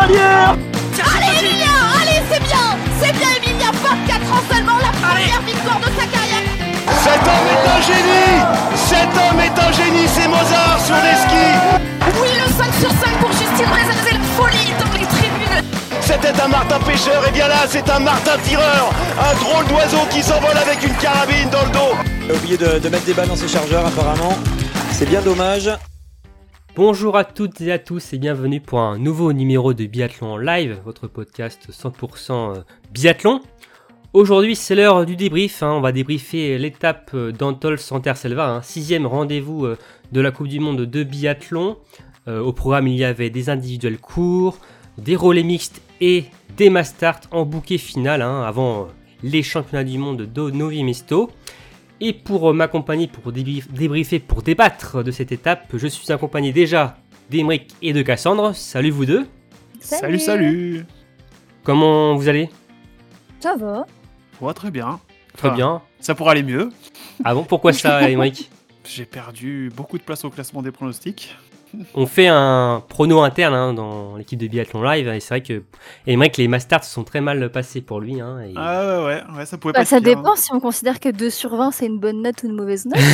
cavalière. Allez Emilia, allez c'est bien Emilia, 24 ans seulement, la première victoire de sa carrière. Cet homme est un génie, c'est Mozart sur les skis. Oui, le 5 sur 5 pour Justine Breza, c'est la folie dans les tribunes. C'était un martin pêcheur, et bien là c'est un martin tireur. Un drôle d'oiseau qui s'envole avec une carabine dans le dos. Il a oublié de mettre des balles dans ses chargeurs apparemment, c'est bien dommage. Bonjour à toutes et à tous et bienvenue pour un nouveau numéro de Biathlon en live, votre podcast 100% biathlon. Aujourd'hui c'est l'heure du débrief, on va débriefer l'étape d'Antol-Santerre-Selva, 6e rendez-vous de la Coupe du Monde de biathlon. Au programme il y avait des individuels courts, des relais mixtes et des mass start en bouquet final avant les championnats du monde de Novi Mesto. Et pour m'accompagner, pour débriefer, pour débattre de cette étape, je suis accompagné déjà d'Aymeric et de Cassandre. Salut vous deux. Salut. Comment vous allez ? Ça va. Ouais, très bien. Très bien. Ça pourrait aller mieux. Ah bon, pourquoi ça, Aymeric ? J'ai perdu beaucoup de place au classement des pronostics. On fait un prono interne dans l'équipe de Biathlon Live et c'est vrai que Aymeric, les Masters sont très mal passés pour lui. Ah ouais, ça pouvait pas être ça pire, dépend si on considère que 2 sur 20 c'est une bonne note ou une mauvaise note.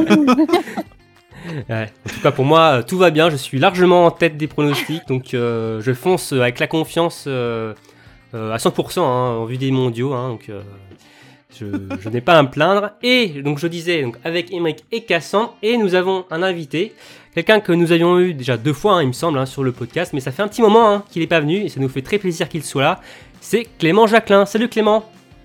Ouais, en tout cas pour moi tout va bien, je suis largement en tête des pronostics donc je fonce avec la confiance à 100% en vue des mondiaux donc je n'ai pas à me plaindre. Et donc je disais avec Aymeric et Cassandre, et nous avons un invité, quelqu'un que nous avions eu déjà 2 fois il me semble sur le podcast, mais ça fait un petit moment qu'il n'est pas venu et ça nous fait très plaisir qu'il soit là. C'est Clément Jacquelin. Salut Clément.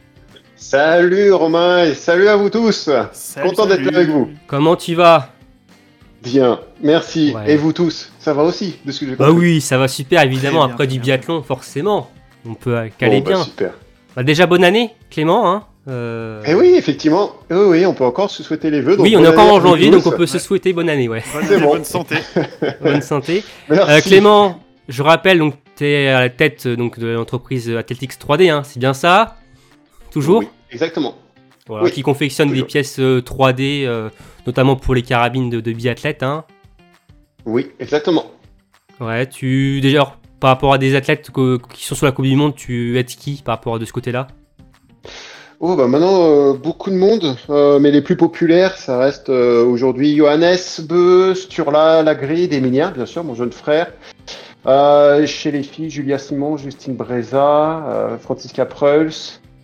Salut Romain et salut à vous tous. Content d'être là avec vous. Comment tu vas ? Bien, merci. Ouais. Et vous tous, ça va aussi de ce que j'ai Bah compris. oui, ça va super évidemment, Très bien, après très du bien. biathlon forcément. On peut caler Bon, bah, bien. super. Bah, déjà bonne année Clément. Et oui, effectivement, oui, on peut encore se souhaiter les vœux. Donc Oui, on est bonne encore année en à vous janvier, tous. donc on peut se souhaiter bonne année, ouais. C'est bon. Bonne santé. Bonne santé. Merci. Clément, je rappelle, donc tu es à la tête de l'entreprise Athletics 3D, c'est bien ça ? Toujours ? Oui, exactement. Voilà, oui, qui confectionne toujours. des pièces 3D, notamment pour les carabines de biathlètes. Oui, exactement. Ouais, déjà, par rapport à des athlètes qui sont sur la Coupe du Monde, tu aides qui par rapport à de ce côté-là ? Oh bah maintenant beaucoup de monde, mais les plus populaires, ça reste aujourd'hui Johannes Beu, Sturla Lagrid, Emilia, bien sûr, mon jeune frère. Chez les filles, Julia Simon, Justine Breza, Franziska Preuls,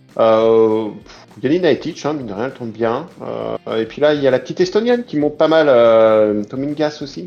Yanina Etic, mine de rien, elle tombe bien. Et puis là, il y a la petite Estonienne qui monte pas mal, Tomingas aussi.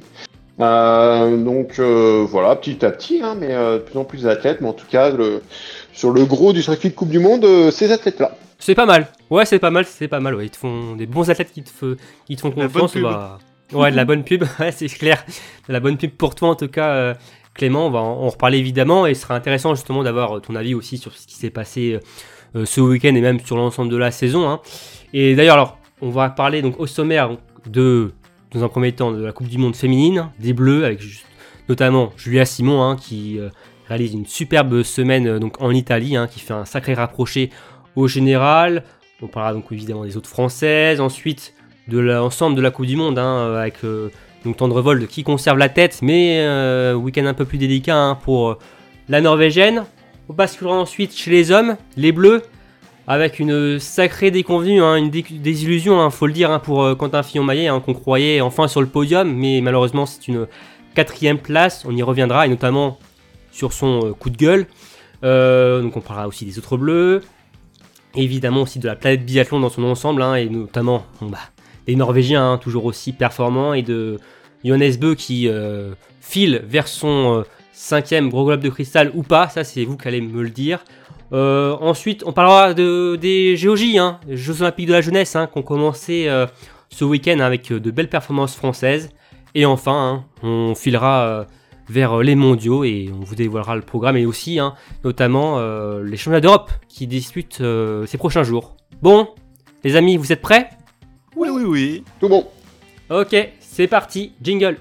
Donc voilà, petit à petit, mais de plus en plus d'athlètes, mais en tout cas, sur le gros du circuit de Coupe du Monde, ces athlètes-là. C'est pas mal. Ouais, c'est pas mal. Ouais. Ils te font des bons athlètes qui te font La confiance. bonne pub. Ouais, de la bonne pub. Ouais, c'est clair. De la bonne pub pour toi, en tout cas, Clément. On va en reparler évidemment. Et ce sera intéressant, justement, d'avoir ton avis aussi sur ce qui s'est passé ce week-end et même sur l'ensemble de la saison. Et d'ailleurs, alors, on va parler donc au sommaire dans un premier temps, de la Coupe du Monde féminine, des Bleus, avec notamment Julia Simon, qui réalise une superbe semaine donc en Italie, qui fait un sacré rapproché au général. On parlera donc évidemment des autres françaises, ensuite de l'ensemble de la Coupe du Monde, avec donc Tendrevold qui conserve la tête, mais week-end un peu plus délicat pour la Norvégienne. On basculera ensuite chez les hommes, les Bleus, avec une sacrée déconvenue, une désillusion, faut le dire, pour Quentin Fillon-Maillet, qu'on croyait enfin sur le podium, mais malheureusement c'est une 4e place, on y reviendra, et notamment sur son coup de gueule. Donc on parlera aussi des autres Bleus, évidemment aussi de la planète biathlon dans son ensemble, et notamment des Norvégiens toujours aussi performants, et de Johannes Beu qui file vers son 5e gros globe de cristal ou pas, ça c'est vous qui allez me le dire. Ensuite on parlera des JOJ, les Jeux Olympiques de la Jeunesse, qui ont commencé ce week-end avec de belles performances françaises, et enfin on filera vers les mondiaux et on vous dévoilera le programme, et aussi notamment les championnats d'Europe qui disputent ces prochains jours. Bon les amis, vous êtes prêts ? Oui. Tout bon. Ok, c'est parti, jingle.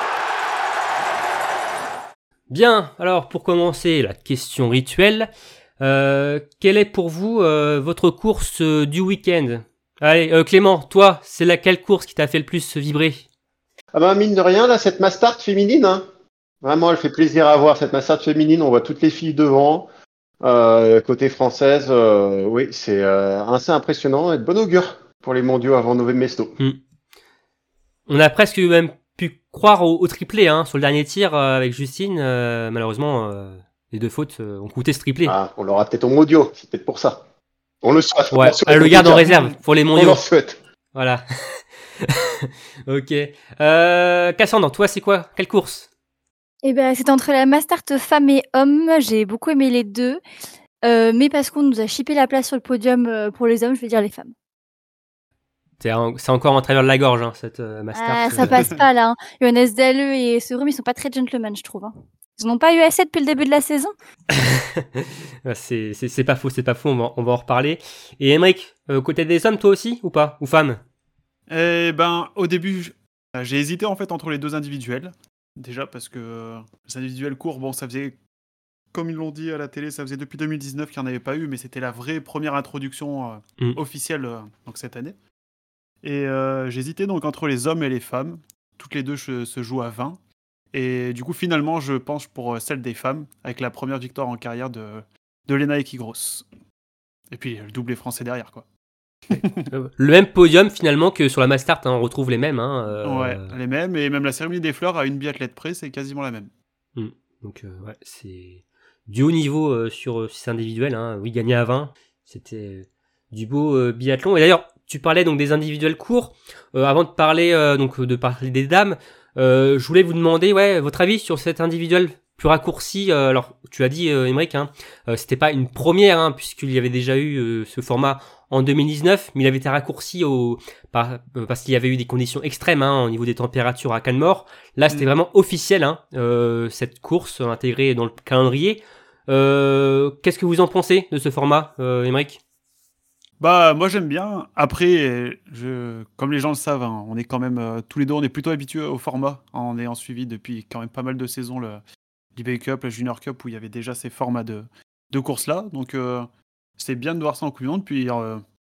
Bien, alors pour commencer, la question rituelle. Quelle est pour vous votre course du week-end? Allez, Clément, toi, c'est laquelle course qui t'a fait le plus vibrer? Ah bah, mine de rien, là, cette Mastart féminine, hein. Vraiment, elle fait plaisir à voir, cette Mastart féminine. On voit toutes les filles devant. Côté française, oui, c'est assez impressionnant et de bon augure pour les mondiaux avant Nové Mesto. On a presque même pu croire au triplé hein, sur le dernier tir avec Justine. Malheureusement, les 2 fautes ont coûté ce triplé. Ah, on l'aura peut-être au mondiaux, c'est peut-être pour ça. On le souhaite. Ouais, On souhaite, elle le on garde en dire. réserve pour les On mondiaux. leur souhaite. Voilà. Ok. Cassandre, toi, c'est quoi? Quelle course? Eh ben, c'était entre la Mastart femmes et hommes. J'ai beaucoup aimé les deux. Mais parce qu'on nous a chippé la place sur le podium pour les hommes, je vais dire les femmes. C'est encore en travers de la gorge, hein, cette Mastart. Ah, ça passe pas là. Hein. Johannes Dalle et Serum, ils sont pas très gentlemen, je trouve. Hein. Ils n'ont pas eu assez depuis le début de la saison. C'est pas faux, on va en reparler. Et Emmerich, côté des hommes, toi aussi, ou pas? Ou femmes? Eh ben, au début, j'ai hésité en fait entre les 2 individuels. Déjà parce que les individuels courts, bon, ça faisait, comme ils l'ont dit à la télé, ça faisait depuis 2019 qu'il n'y en avait pas eu, mais c'était la vraie première introduction officielle donc cette année. Et j'hésitais donc entre les hommes et les femmes. Toutes les deux se jouent à 20. Et du coup, finalement, je penche pour celle des femmes, avec la première victoire en carrière de Lena Ekigros. Et puis le doublé français derrière, quoi. Le même podium finalement que sur la Mastart, hein, on retrouve les mêmes. Hein, Ouais, les mêmes, et même la cérémonie des fleurs à une biathlète près, c'est quasiment la même. Donc ouais, c'est du haut niveau sur c'est individuel. Hein. Oui, gagner à 20, c'était du beau biathlon. Et d'ailleurs, tu parlais donc des individuels courts. Avant de parler des dames, je voulais vous demander votre avis sur cet individuel plus raccourci. Alors, tu as dit, Emmerich, hein, c'était pas une première, hein, puisqu'il y avait déjà eu ce format en 2019, mais il avait été raccourci parce qu'il y avait eu des conditions extrêmes hein, au niveau des températures à Canmore. Là, c'était vraiment officiel, hein, cette course intégrée dans le calendrier. Qu'est-ce que vous en pensez de ce format, Emmerich? Bah, moi j'aime bien. Après, comme les gens le savent, hein, on est quand même tous les deux, on est plutôt habitués au format, en ayant suivi depuis quand même pas mal de saisons l'eBay Cup, la Junior Cup, où il y avait déjà ces formats de courses-là. Donc, c'est bien de voir ça en Coupe du Monde. Puis,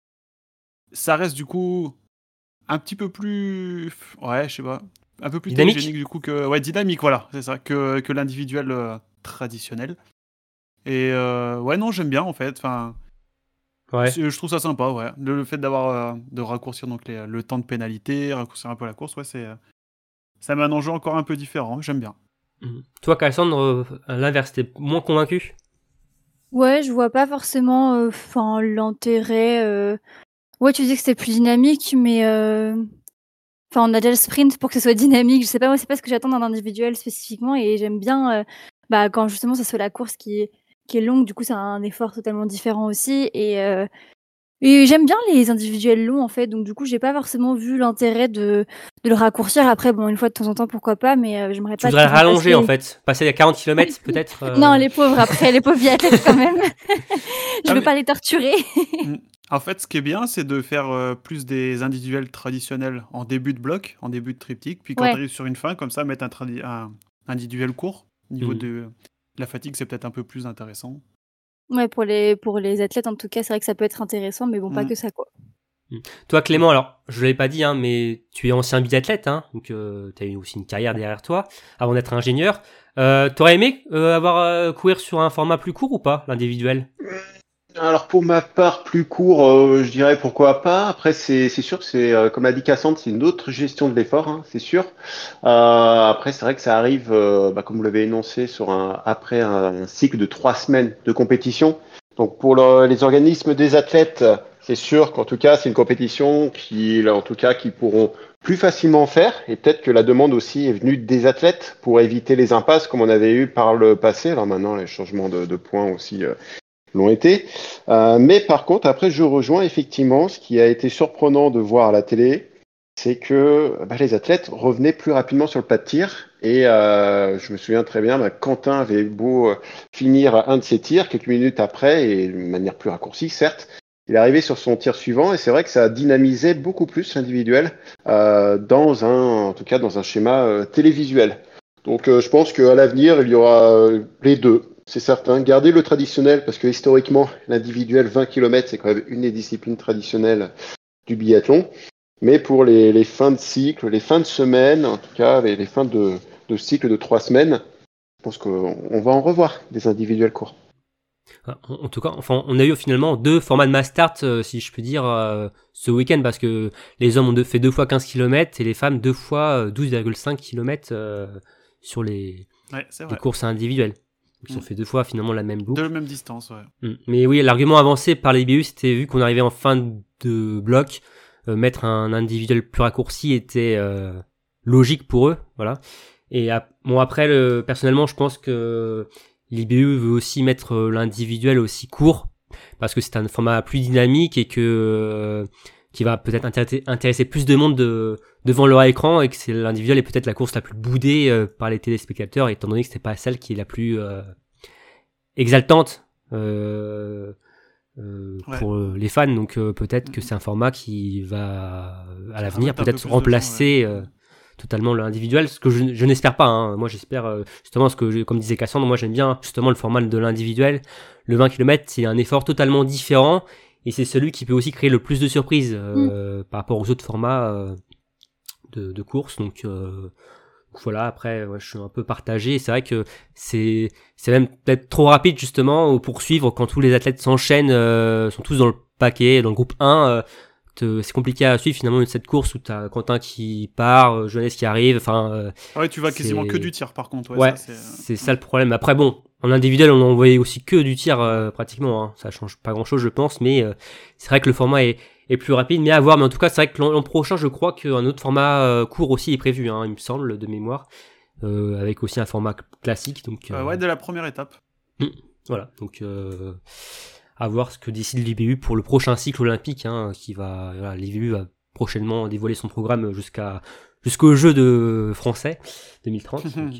ça reste du coup un petit peu plus. Ouais, je sais pas. Un peu plus Dynamique. télégénique du coup que. Ouais, dynamique, voilà, c'est ça, que l'individuel traditionnel. Et ouais, non, j'aime bien en fait. Enfin. Ouais. Je trouve ça sympa, ouais. Le fait d'avoir de raccourcir donc le temps de pénalité, raccourcir un peu la course, ouais, ça met un enjeu encore un peu différent. J'aime bien. Toi, Cassandre, à l'inverse, t'es moins convaincu? Ouais, je vois pas forcément l'intérêt. Ouais, tu dis que c'était plus dynamique, mais on a déjà le sprint pour que ce soit dynamique. Je sais pas, moi, c'est pas ce que j'attends d'un individuel spécifiquement, et j'aime bien quand justement ça soit la course qui est longue. Du coup, c'est un effort totalement différent aussi, et j'aime bien les individuels longs en fait. Donc du coup, j'ai pas forcément vu l'intérêt de le raccourcir. Après, bon, une fois de temps en temps, pourquoi pas, mais j'aimerais pas. Tu voudrais rallonger en fait, passer à 40 km peut-être. Non, les pauvres après, les pauvres biathlètes quand même. Je veux pas les torturer. En fait, ce qui est bien, c'est de faire plus des individuels traditionnels en début de bloc, en début de triptyque, puis quand tu arrives sur une fin, comme ça, mettre un individuel court. Au niveau de la fatigue, c'est peut-être un peu plus intéressant. Ouais, pour les athlètes, en tout cas, c'est vrai que ça peut être intéressant, mais bon, pas que ça, quoi. Toi, Clément, alors, je l'avais pas dit, hein, mais tu es ancien biathlète, hein, donc tu as eu aussi une carrière derrière toi, avant d'être ingénieur. T'aurais aimé courir sur un format plus court ou pas, l'individuel? Alors pour ma part, plus court, je dirais pourquoi pas. Après, c'est sûr que c'est, comme a dit Cassandre, c'est une autre gestion de l'effort, hein, c'est sûr. Après, c'est vrai que ça arrive, comme vous l'avez énoncé, après un cycle de 3 semaines de compétition. Donc pour les organismes des athlètes, c'est sûr qu'en tout cas, c'est une compétition qu'ils pourront plus facilement faire. Et peut-être que la demande aussi est venue des athlètes pour éviter les impasses comme on avait eu par le passé. Alors maintenant, les changements de points aussi l'ont été. Mais par contre, après, je rejoins effectivement ce qui a été surprenant de voir à la télé, c'est que les athlètes revenaient plus rapidement sur le pas de tir. Et je me souviens très bien, Quentin avait beau finir un de ses tirs, quelques minutes après, et de manière plus raccourcie, certes, il est arrivé sur son tir suivant, et c'est vrai que ça dynamisait beaucoup plus l'individuel dans un schéma télévisuel. Donc je pense qu'à l'avenir, il y aura les deux. c'est certain. Gardez le traditionnel, parce que historiquement, l'individuel 20 km, c'est quand même une des disciplines traditionnelles du biathlon. Mais pour les fins de cycle, les fins de semaine, en tout cas, les fins de cycle de 3 semaines, je pense qu'on va en revoir des individuels courts. En tout cas, enfin, on a eu finalement 2 formats de mass start, si je peux dire, ce week-end, parce que les hommes ont fait 2 fois 15 km et les femmes 2 fois 12,5 km sur les courses individuelles. Ils ont fait 2 fois finalement la même boucle. De la même distance, ouais. Mais oui, l'argument avancé par les IBU, c'était vu qu'on arrivait en fin de bloc, mettre un individuel plus raccourci était logique pour eux, voilà. Et bon, après, personnellement, je pense que l'IBU veut aussi mettre l'individuel aussi court, parce que c'est un format plus dynamique et que qui va peut-être intéresser plus de monde devant leur écran, et que c'est l'individuel est peut-être la course la plus boudée par les téléspectateurs, étant donné que c'était pas celle qui est la plus exaltante pour les fans. Donc peut-être que c'est un format qui va à l'avenir peut-être remplacer totalement l'individuel, ce que je n'espère pas, hein. Moi j'espère justement, ce que comme disait Cassandre, moi j'aime bien justement le format de l'individuel. Le 20 km, c'est un effort totalement différent, et c'est celui qui peut aussi créer le plus de surprises par rapport aux autres formats de course. Donc voilà, après je suis un peu partagé. C'est vrai que c'est même peut-être trop rapide justement pour suivre quand tous les athlètes s'enchaînent, sont tous dans le paquet, dans le groupe 1. C'est compliqué à suivre finalement cette course où t'as Quentin qui part, Johannes qui arrive, enfin ouais, tu vas quasiment que du tir par contre. Ouais, c'est ça le problème. Après bon, en individuel on en voyait aussi que du tir pratiquement, hein. Ça change pas grand chose je pense, mais c'est vrai que le format est plus rapide, mais à voir. Mais en tout cas c'est vrai que l'an prochain je crois qu'un autre format court aussi est prévu, hein, il me semble, de mémoire, avec aussi un format classique, donc ouais, de la première étape. Voilà, donc à voir ce que décide l'IBU pour le prochain cycle olympique, hein, l'IBU va prochainement dévoiler son programme jusqu'aux Jeux de français 2030. Donc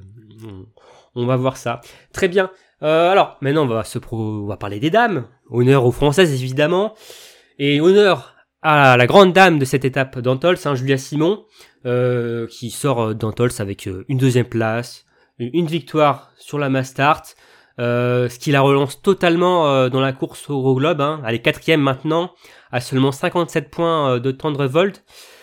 on va voir ça. Très bien. Alors maintenant on va parler des dames. Honneur aux Françaises évidemment, et honneur à la grande dame de cette étape d'Antols, hein, Julia Simon, qui sort d'Antols avec une 2e place, une victoire sur la mass start. Ce qui la relance totalement dans la course au Globe, hein. Elle est 4e maintenant, à seulement 57 points de Tendrevold.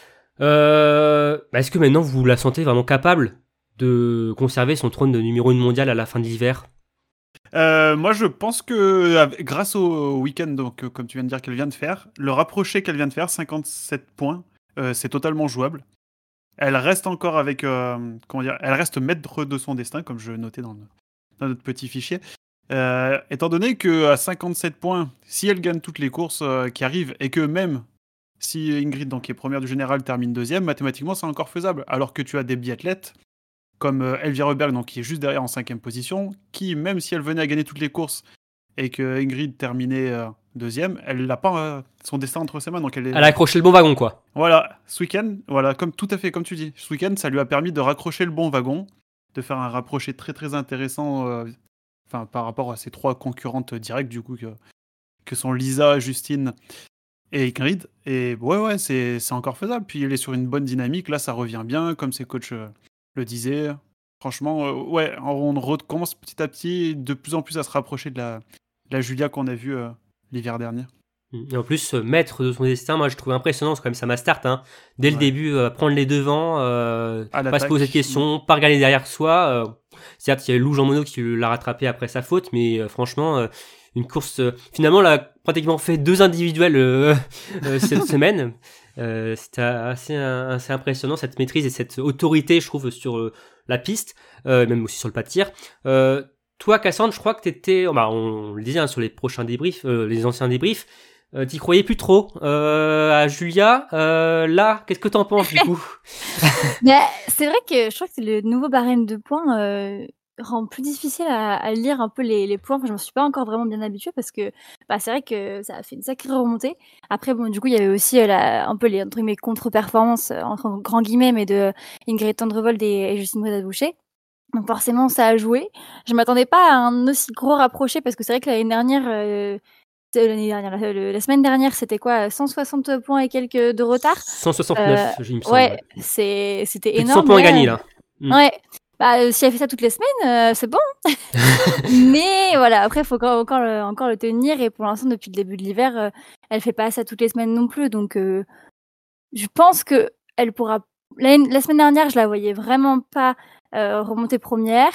Est-ce que maintenant vous la sentez vraiment capable de conserver son trône de numéro 1 mondial à la fin de l'hiver? Moi je pense que grâce au week-end, donc comme tu viens de dire qu'elle vient de faire, le rapproché qu'elle vient de faire, 57 points, c'est totalement jouable. Elle reste encore avec elle reste maître de son destin, comme je notais dans notre petit fichier. Étant donné qu'à 57 points, si elle gagne toutes les courses qui arrivent, et que même si Ingrid, donc, qui est première du général, termine 2e, mathématiquement c'est encore faisable. Alors que tu as des biathlètes comme Elvira Röberg, donc, qui est juste derrière en 5e position, qui, même si elle venait à gagner toutes les courses et que Ingrid terminait 2e, elle n'a pas son destin entre ses mains. Donc elle a accroché le bon wagon, quoi. Voilà, ce week-end, tout à fait comme tu dis, ce week-end ça lui a permis de raccrocher le bon wagon, de faire un rapproché très très intéressant par rapport à ses 3 concurrentes directes du coup que sont Lisa, Justine et Ingrid. Et ouais, c'est encore faisable. Puis elle est sur une bonne dynamique, là ça revient bien, comme ses coachs le disaient. Franchement, on recommence petit à petit de plus en plus à se rapprocher de la Julia qu'on a vue l'hiver dernier. Et en plus, maître de son destin, moi je trouve impressionnant, c'est quand même sa start, hein. Dès le début, prendre les devants, pas se poser de questions, pas regarder derrière soi. Certes, il y a Lou Jean Monod qui l'a rattrapé après sa faute, mais franchement, une course... finalement, elle a pratiquement fait 2 individuels cette semaine. C'était assez impressionnant, cette maîtrise et cette autorité, je trouve, sur la piste, même aussi sur le pas de tir. Toi, Cassandre, je crois que t'étais... on le disait, hein, sur les prochains débriefs, les anciens débriefs, t'y croyais plus trop à Julia. Là, qu'est-ce que t'en penses du coup? C'est vrai que je crois que le nouveau barème de points rend plus difficile à lire un peu les points. Enfin, je m'en suis pas encore vraiment bien habituée parce que c'est vrai que ça a fait une sacrée remontée. Après, bon, du coup, il y avait aussi un peu les entre guillemets contre-performances entre grands guillemets, mais de Ingrid Tendrevold et Justine Brédat-Boucher. Donc forcément, ça a joué. Je m'attendais pas à un aussi gros rapproché parce que c'est vrai que l'année dernière, la semaine dernière, c'était quoi, 160 points et quelques de retard. 169, il me semble. Ouais, c'était plus énorme. de 100 points gagnés là. Ouais. Si elle fait ça toutes les semaines, c'est bon. Mais voilà, après, il faut encore le tenir. Et pour l'instant, depuis le début de l'hiver, elle fait pas ça toutes les semaines non plus. Donc, je pense que elle pourra. La semaine dernière, je la voyais vraiment pas remonter première.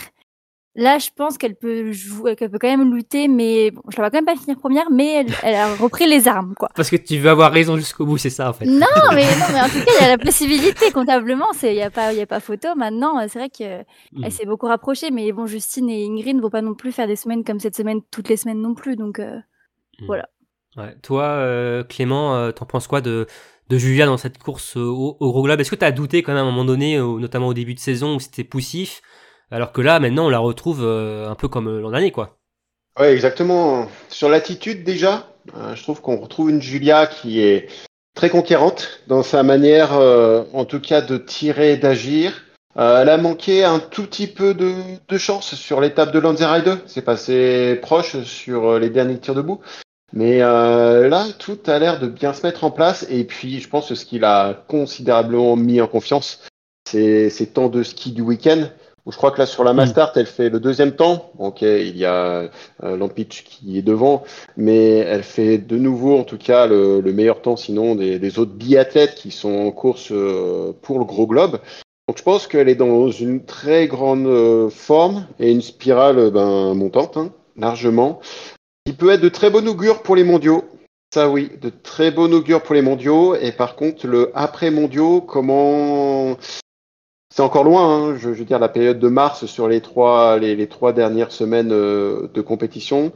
Là, je pense qu'elle peut quand même lutter, mais bon, je la vois quand même pas finir première, mais elle a repris les armes, quoi. Parce que tu veux avoir raison jusqu'au bout, c'est ça en fait. Non, mais en tout cas, il y a la possibilité comptablement, il y a pas photo. Maintenant, c'est vrai que elle s'est beaucoup rapprochée, mais bon, Justine et Ingrid ne vont pas non plus faire des semaines comme cette semaine toutes les semaines non plus, donc voilà. Ouais. Toi, Clément, t'en penses quoi de Julia dans cette course au Gros Globe? Est-ce que t'as douté quand même à un moment donné, notamment au début de saison où c'était poussif, alors que là, maintenant, on la retrouve un peu comme l'an dernier, quoi? Ouais, exactement. Sur l'attitude déjà, je trouve qu'on retrouve une Julia qui est très conquérante dans sa manière, en tout cas, de tirer et d'agir. Elle a manqué un tout petit peu de chance sur l'étape de Lanzarote. C'est passé proche sur les derniers tirs debout. Mais là, tout a l'air de bien se mettre en place. Et puis, je pense que ce qui l'a considérablement mis en confiance, c'est ces temps de ski du week-end. Où je crois que là, sur la Mastart, elle fait le deuxième temps. Ok, il y a Lampic qui est devant, mais elle fait de nouveau, en tout cas, le meilleur temps, sinon, des autres biathlètes qui sont en course pour le Gros Globe. Donc, je pense qu'elle est dans une très grande forme et une spirale montante, hein, largement. Qui peut être de très bon augure pour les mondiaux. Ça oui, de très bon augure pour les mondiaux. Et par contre, le après-mondiaux, comment... C'est encore loin, hein. Je veux dire, la période de mars sur les trois dernières semaines de compétition.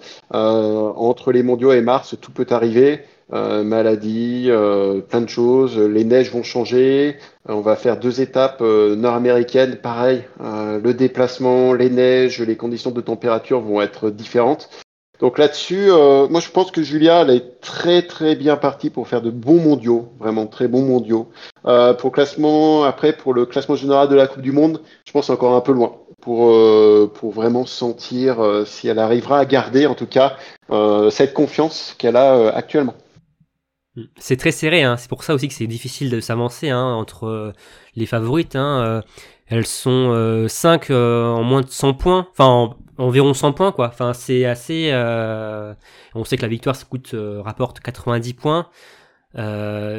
Entre les mondiaux et mars, tout peut arriver. Maladie, plein de choses. Les neiges vont changer. On va faire 2 étapes nord-américaines. Pareil, le déplacement, les neiges, les conditions de température vont être différentes. Donc là-dessus, moi je pense que Julia, elle est très très bien partie pour faire de bons mondiaux, vraiment très bons mondiaux. Pour le classement général de la Coupe du Monde, je pense encore un peu loin pour vraiment sentir si elle arrivera à garder en tout cas cette confiance qu'elle a actuellement. C'est très serré, hein. C'est pour ça aussi que c'est difficile de s'avancer entre les favorites. Elles sont 5 en moins de 100 points, enfin environ 100 points quoi. Enfin c'est assez. On sait que la victoire rapporte 90 points. On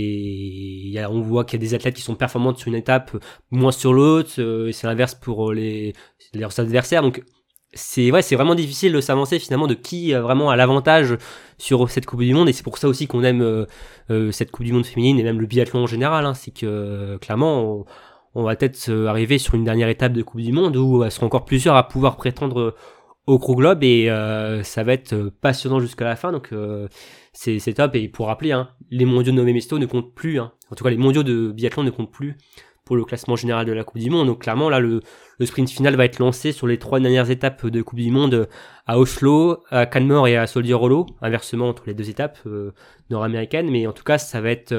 voit qu'il y a des athlètes qui sont performantes sur une étape, moins sur l'autre. C'est l'inverse pour leurs adversaires. Donc c'est vraiment difficile de s'avancer finalement de qui vraiment a l'avantage sur cette Coupe du Monde, et c'est pour ça aussi qu'on aime cette Coupe du Monde féminine et même le biathlon en général, hein. C'est que clairement on va peut-être arriver sur une dernière étape de Coupe du Monde où elles seront encore plusieurs à pouvoir prétendre au Gros Globe, et ça va être passionnant jusqu'à la fin. Donc c'est top. Et pour rappeler, hein, les mondiaux de Nové Mesto ne comptent plus, hein. En tout cas les mondiaux de biathlon ne comptent plus pour le classement général de la Coupe du Monde. Donc clairement là le sprint final va être lancé sur les 3 dernières étapes de Coupe du Monde, à Oslo, à Canmore et à Soldier Hollow, inversement entre les 2 étapes nord-américaines. Mais en tout cas ça va être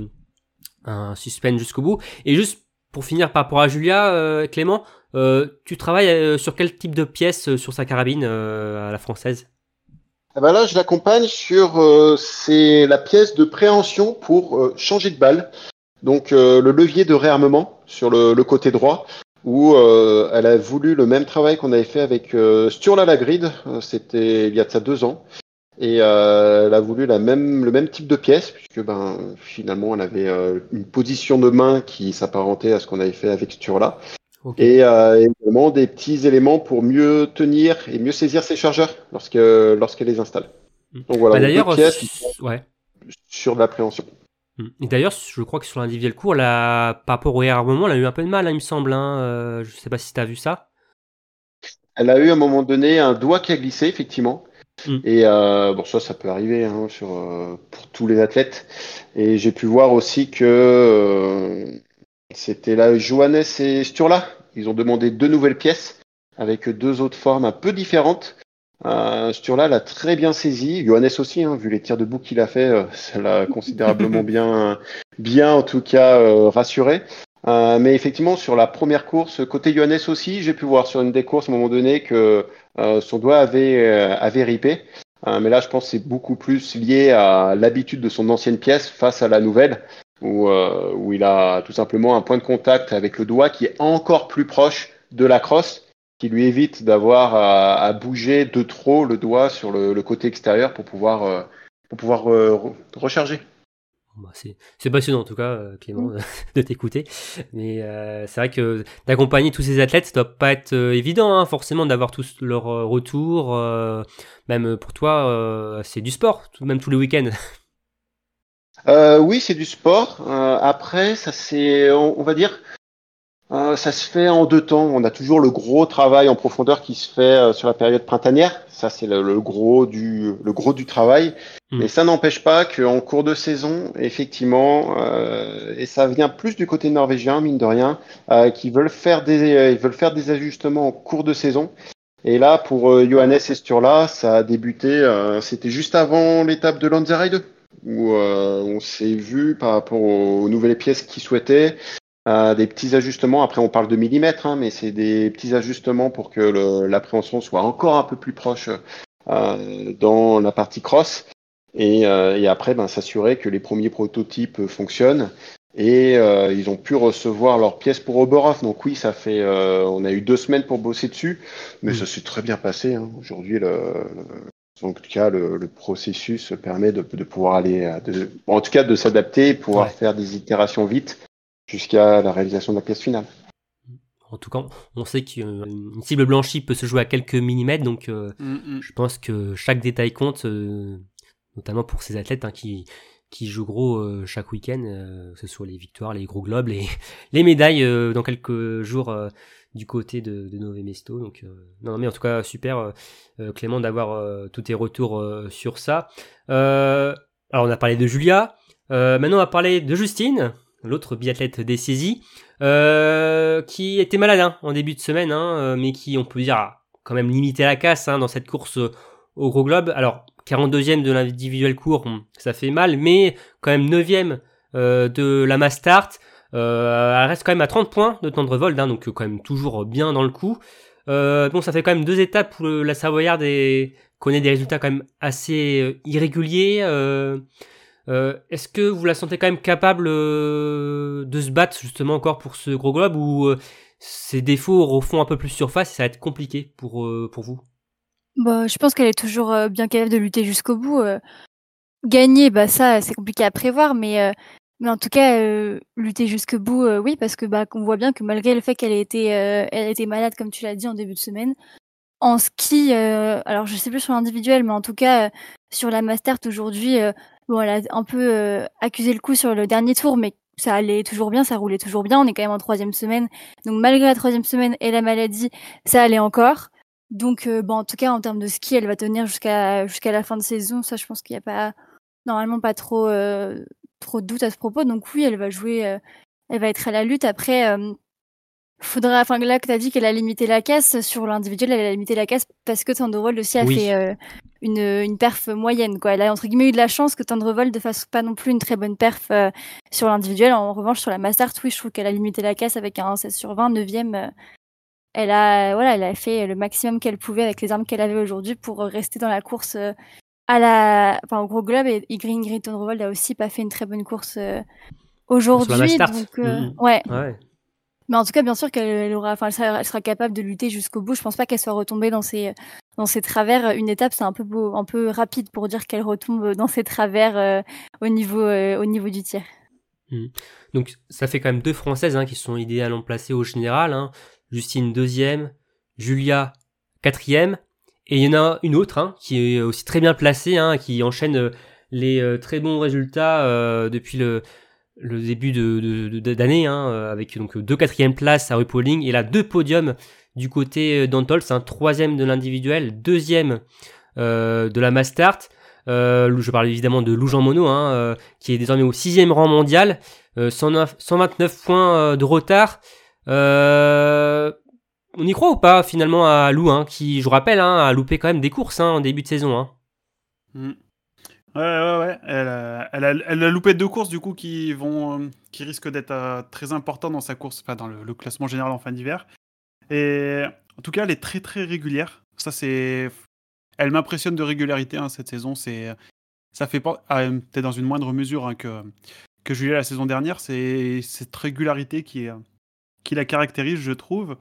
un suspense jusqu'au bout. Et juste pour finir par rapport à Julia, Clément, tu travailles sur quel type de pièce sur sa carabine à la française? Ah ben là, je l'accompagne sur c'est la pièce de préhension pour changer de balle. Donc le levier de réarmement sur le côté droit, où elle a voulu le même travail qu'on avait fait avec Sturla Lagrid, c'était il y a de ça 2 ans. Et elle a voulu le même type de pièce, puisque finalement elle avait une position de main qui s'apparentait à ce qu'on avait fait avec Sturla. Okay. Et également des petits éléments pour mieux tenir et mieux saisir ses chargeurs lorsqu'elle les installe. Donc voilà, d'ailleurs, 2 pièces sur de l'appréhension. Et d'ailleurs, je crois que sur l'individuel court, par rapport au réarmement, elle a eu un peu de mal, hein, il me semble. Je sais pas si tu as vu ça. Elle a eu à un moment donné un doigt qui a glissé, effectivement. Et ça peut arriver, hein, pour tous les athlètes. Et j'ai pu voir aussi que c'était là Johannes et Sturla. Ils ont demandé 2 nouvelles pièces avec 2 autres formes un peu différentes. Sturla l'a très bien saisi. Johannes aussi, hein, vu les tirs debout qu'il a fait, ça l'a considérablement bien en tout cas rassuré. Mais effectivement, sur la première course, côté Johannes aussi, j'ai pu voir sur une des courses à un moment donné que son doigt avait ripé. Mais là, je pense que c'est beaucoup plus lié à l'habitude de son ancienne pièce face à la nouvelle, où il a tout simplement un point de contact avec le doigt qui est encore plus proche de la crosse qui lui évite d'avoir à bouger de trop le doigt sur le côté extérieur pour pouvoir recharger. Bah, c'est passionnant en tout cas, Clément, de t'écouter. Mais c'est vrai que d'accompagner tous ces athlètes, ça doit pas être évident, hein, forcément, d'avoir tous leur retour. Même pour toi, c'est du sport, même tous les week-ends. Oui, c'est du sport. Après, on va dire, ça se fait en deux temps. On a toujours le gros travail en profondeur qui se fait sur la période printanière. Ça, c'est le gros du travail. Mais ça n'empêche pas qu'en cours de saison, effectivement, et ça vient plus du côté norvégien, mine de rien, qui veulent faire des ajustements en cours de saison. Et là, pour Johannes et Sturla, ça a débuté, c'était juste avant l'étape de Lanzarote, où on s'est vu par rapport aux nouvelles pièces qu'ils souhaitaient, des petits ajustements. Après, on parle de millimètres, hein, mais c'est des petits ajustements pour que l'appréhension soit encore un peu plus proche dans la partie cross. Et après, s'assurer que les premiers prototypes fonctionnent. Et ils ont pu recevoir leurs pièces pour Oberhof. Donc oui, on a eu 2 semaines pour bosser dessus, mais ça s'est très bien passé, hein. Aujourd'hui, en tout cas, le processus permet de pouvoir aller, en tout cas, de s'adapter et pouvoir faire des itérations vite jusqu'à la réalisation de la pièce finale. En tout cas, on sait qu'une cible blanchie peut se jouer à quelques millimètres, donc je pense que chaque détail compte, notamment pour ces athlètes, hein, qui jouent gros chaque week-end, que ce soit les victoires, les gros globes, les médailles dans quelques jours du côté de Nové Mesto. Donc non, mais en tout cas super, Clément, d'avoir tous tes retours sur ça. Alors on a parlé de Julia, maintenant on va parler de Justine, l'autre biathlète des saisies, qui était malade, hein, en début de semaine, hein, mais qui, on peut dire, a quand même limité la casse, hein, dans cette course au gros globe. Alors 42e de l'individuel court, ça fait mal, mais quand même 9e de la mass start. Elle reste quand même à 30 points de Tendrevold, hein, donc quand même toujours bien dans le coup. Bon, ça fait quand même 2 étapes où la Savoyarde connaît des résultats quand même assez irréguliers. Est-ce que vous la sentez quand même capable de se battre justement encore pour ce gros globe, ou ses défauts refont un peu plus surface et ça va être compliqué pour vous? Bah, je pense qu'elle est toujours bien capable de lutter jusqu'au bout. Gagner, bah ça, c'est compliqué à prévoir, mais en tout cas, lutter jusqu'au bout, oui, parce que on voit bien que malgré le fait qu'elle elle était malade, comme tu l'as dit en début de semaine, en ski, alors je sais plus sur l'individuel, mais en tout cas sur la Mastart aujourd'hui, bon, elle a un peu accusé le coup sur le dernier tour, mais ça allait toujours bien, ça roulait toujours bien. On est quand même en 3e semaine, donc malgré la 3e semaine et la maladie, ça allait encore. Donc, en tout cas, en termes de ski, elle va tenir jusqu'à la fin de saison. Ça, je pense qu'il n'y a pas normalement pas trop de doute à ce propos. Donc oui, elle va jouer, elle va être à la lutte. Après, là que tu as dit qu'elle a limité la casse, sur l'individuel, elle a limité la casse parce que Tendrevold aussi a fait une perf moyenne, quoi. Elle a entre guillemets eu de la chance que Tendrevold ne fasse pas non plus une très bonne perf sur l'individuel. En revanche, sur la Mastart, oui, je trouve qu'elle a limité la casse avec un 16 sur 20, 9e. Elle a fait le maximum qu'elle pouvait avec les armes qu'elle avait aujourd'hui pour rester dans la course au gros globe. Et Ingrid Tendrevold a aussi pas fait une très bonne course aujourd'hui. Donc, ouais. Mais en tout cas, bien sûr qu'elle elle sera capable de lutter jusqu'au bout. Je pense pas qu'elle soit retombée dans ses travers. Une étape, c'est un peu rapide pour dire qu'elle retombe dans ses travers au niveau du tir. Donc ça fait quand même 2 Françaises, hein, qui sont idéalement placées au général, hein. Justine 2e, Julia 4e, et il y en a une autre, hein, qui est aussi très bien placée, hein, qui enchaîne les très bons résultats depuis le début d'année, hein, avec donc 2 4e places à Ruhpolding, et là 2 podiums du côté d'Antols, 3e de l'individuel, 2e de la mass start. Je parle évidemment de Lou Jean Monod, hein, qui est désormais au 6e rang mondial, 129 points de retard. On y croit ou pas finalement à Lou, hein, qui, je vous rappelle, hein, a loupé quand même des courses, hein, en début de saison, hein. Ouais. Elle a loupé 2 courses du coup qui risquent d'être très importantes dans sa course, enfin dans le classement général en fin d'hiver. Et en tout cas, elle est très très régulière. Ça elle m'impressionne de régularité, hein, cette saison. Ça fait pas, peut-être dans une moindre mesure, hein, que Julia la saison dernière. C'est cette régularité qui la caractérise, je trouve.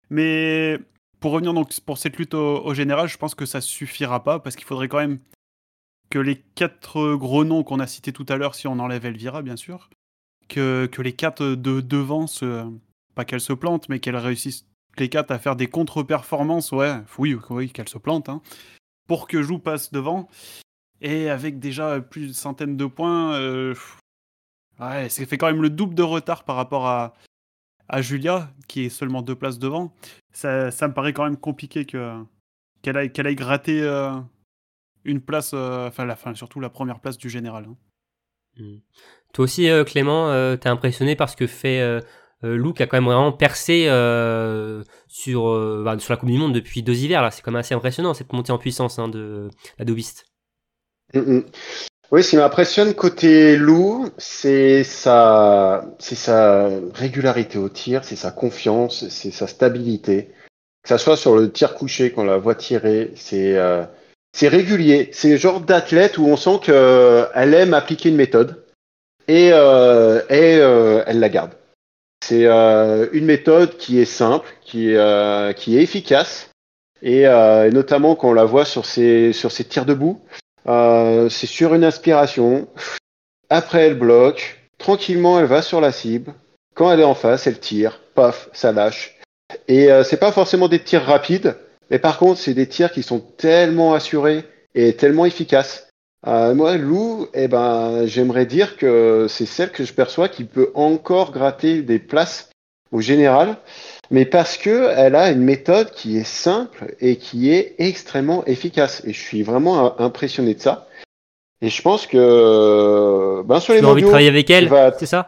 Mais pour revenir donc pour cette lutte au général, je pense que ça suffira pas parce qu'il faudrait quand même que les 4 gros noms qu'on a cités tout à l'heure, si on enlève Elvira bien sûr, que les 4 de devant pas qu'elles se plantent, mais qu'elles réussissent les 4 à faire des contre-performances, oui, qu'elles se plantent, hein, pour que Jou passe devant. Et avec déjà plus d'une centaine de points, ça fait quand même le double de retard par rapport à Julia, qui est seulement 2 places devant. Ça me paraît quand même compliqué qu'elle aille gratter une place, surtout la première place du général. Hein. Toi aussi, Clément, t'es impressionné par ce que fait Lou, qui a quand même vraiment percé sur la Coupe du Monde depuis 2 hivers. Là. C'est quand même assez impressionnant, cette montée en puissance de la dobiste. Oui, ce qui m'impressionne côté Lou, c'est sa régularité au tir, c'est sa confiance, c'est sa stabilité. Que ça soit sur le tir couché, quand on la voit tirer, c'est régulier. C'est le genre d'athlète où on sent qu'elle aime appliquer une méthode et elle la garde. C'est une méthode qui est simple, qui est efficace et notamment quand on la voit sur ses tirs debout. C'est sur une inspiration. Après, elle bloque. Tranquillement, elle va sur la cible. Quand elle est en face, elle tire. Paf, ça lâche. Et c'est pas forcément des tirs rapides, mais par contre, c'est des tirs qui sont tellement assurés et tellement efficaces. Moi, Lou, j'aimerais dire que c'est celle que je perçois qui peut encore gratter des places au général, mais parce que elle a une méthode qui est simple et qui est extrêmement efficace. Et je suis vraiment impressionné de ça. Et je pense que sur les tu as envie de mondiaux, travailler avec elle, c'est ça?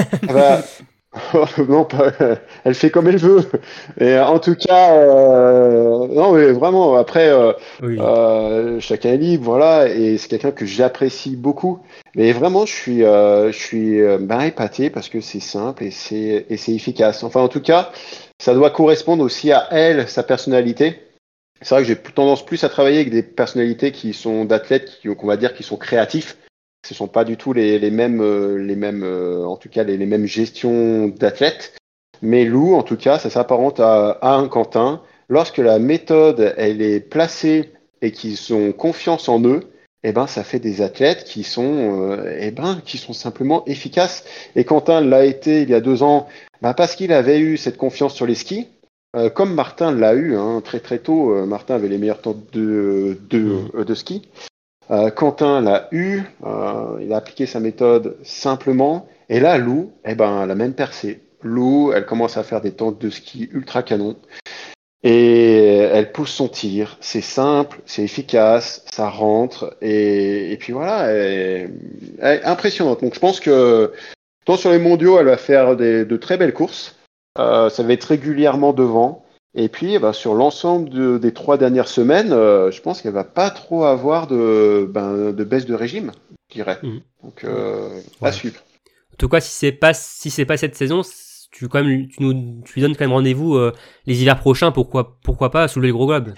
Non, pas, elle fait comme elle veut. Et en tout cas, non, mais vraiment. Après, Oui. chacun est libre, voilà. Et c'est quelqu'un que j'apprécie beaucoup. Mais vraiment, je suis épaté parce que c'est simple et c'est efficace. Enfin, en tout cas, ça doit correspondre aussi à elle, sa personnalité. C'est vrai que j'ai tendance plus à travailler avec des personnalités qui sont d'athlètes, qu'on va dire, qui sont créatifs. Ce sont pas du tout les mêmes, en tout cas les mêmes gestions d'athlètes. Mais Lou, en tout cas, ça s'apparente à un Quentin. Lorsque la méthode elle est placée et qu'ils ont confiance en eux, ça fait des athlètes qui sont simplement efficaces. Et Quentin l'a été il y a 2 ans, parce qu'il avait eu cette confiance sur les skis. Comme Martin l'a eu très très tôt, Martin avait les meilleurs temps de ski. Quentin l'a eu, il a appliqué sa méthode simplement, et là Lou, la même percée. Lou, elle commence à faire des temps de ski ultra canon, et elle pousse son tir. C'est simple, c'est efficace, ça rentre, et puis voilà, elle est impressionnante. Donc je pense que tant sur les mondiaux, elle va faire de très belles courses. Ça va être régulièrement devant. Et puis, sur l'ensemble des 3 dernières semaines, je pense qu'elle va pas trop avoir de baisse de régime, je dirais. Donc, à suivre. En tout cas, si c'est pas cette saison, tu lui donnes quand même rendez-vous les hivers prochains. Pourquoi pas soulever le gros globe.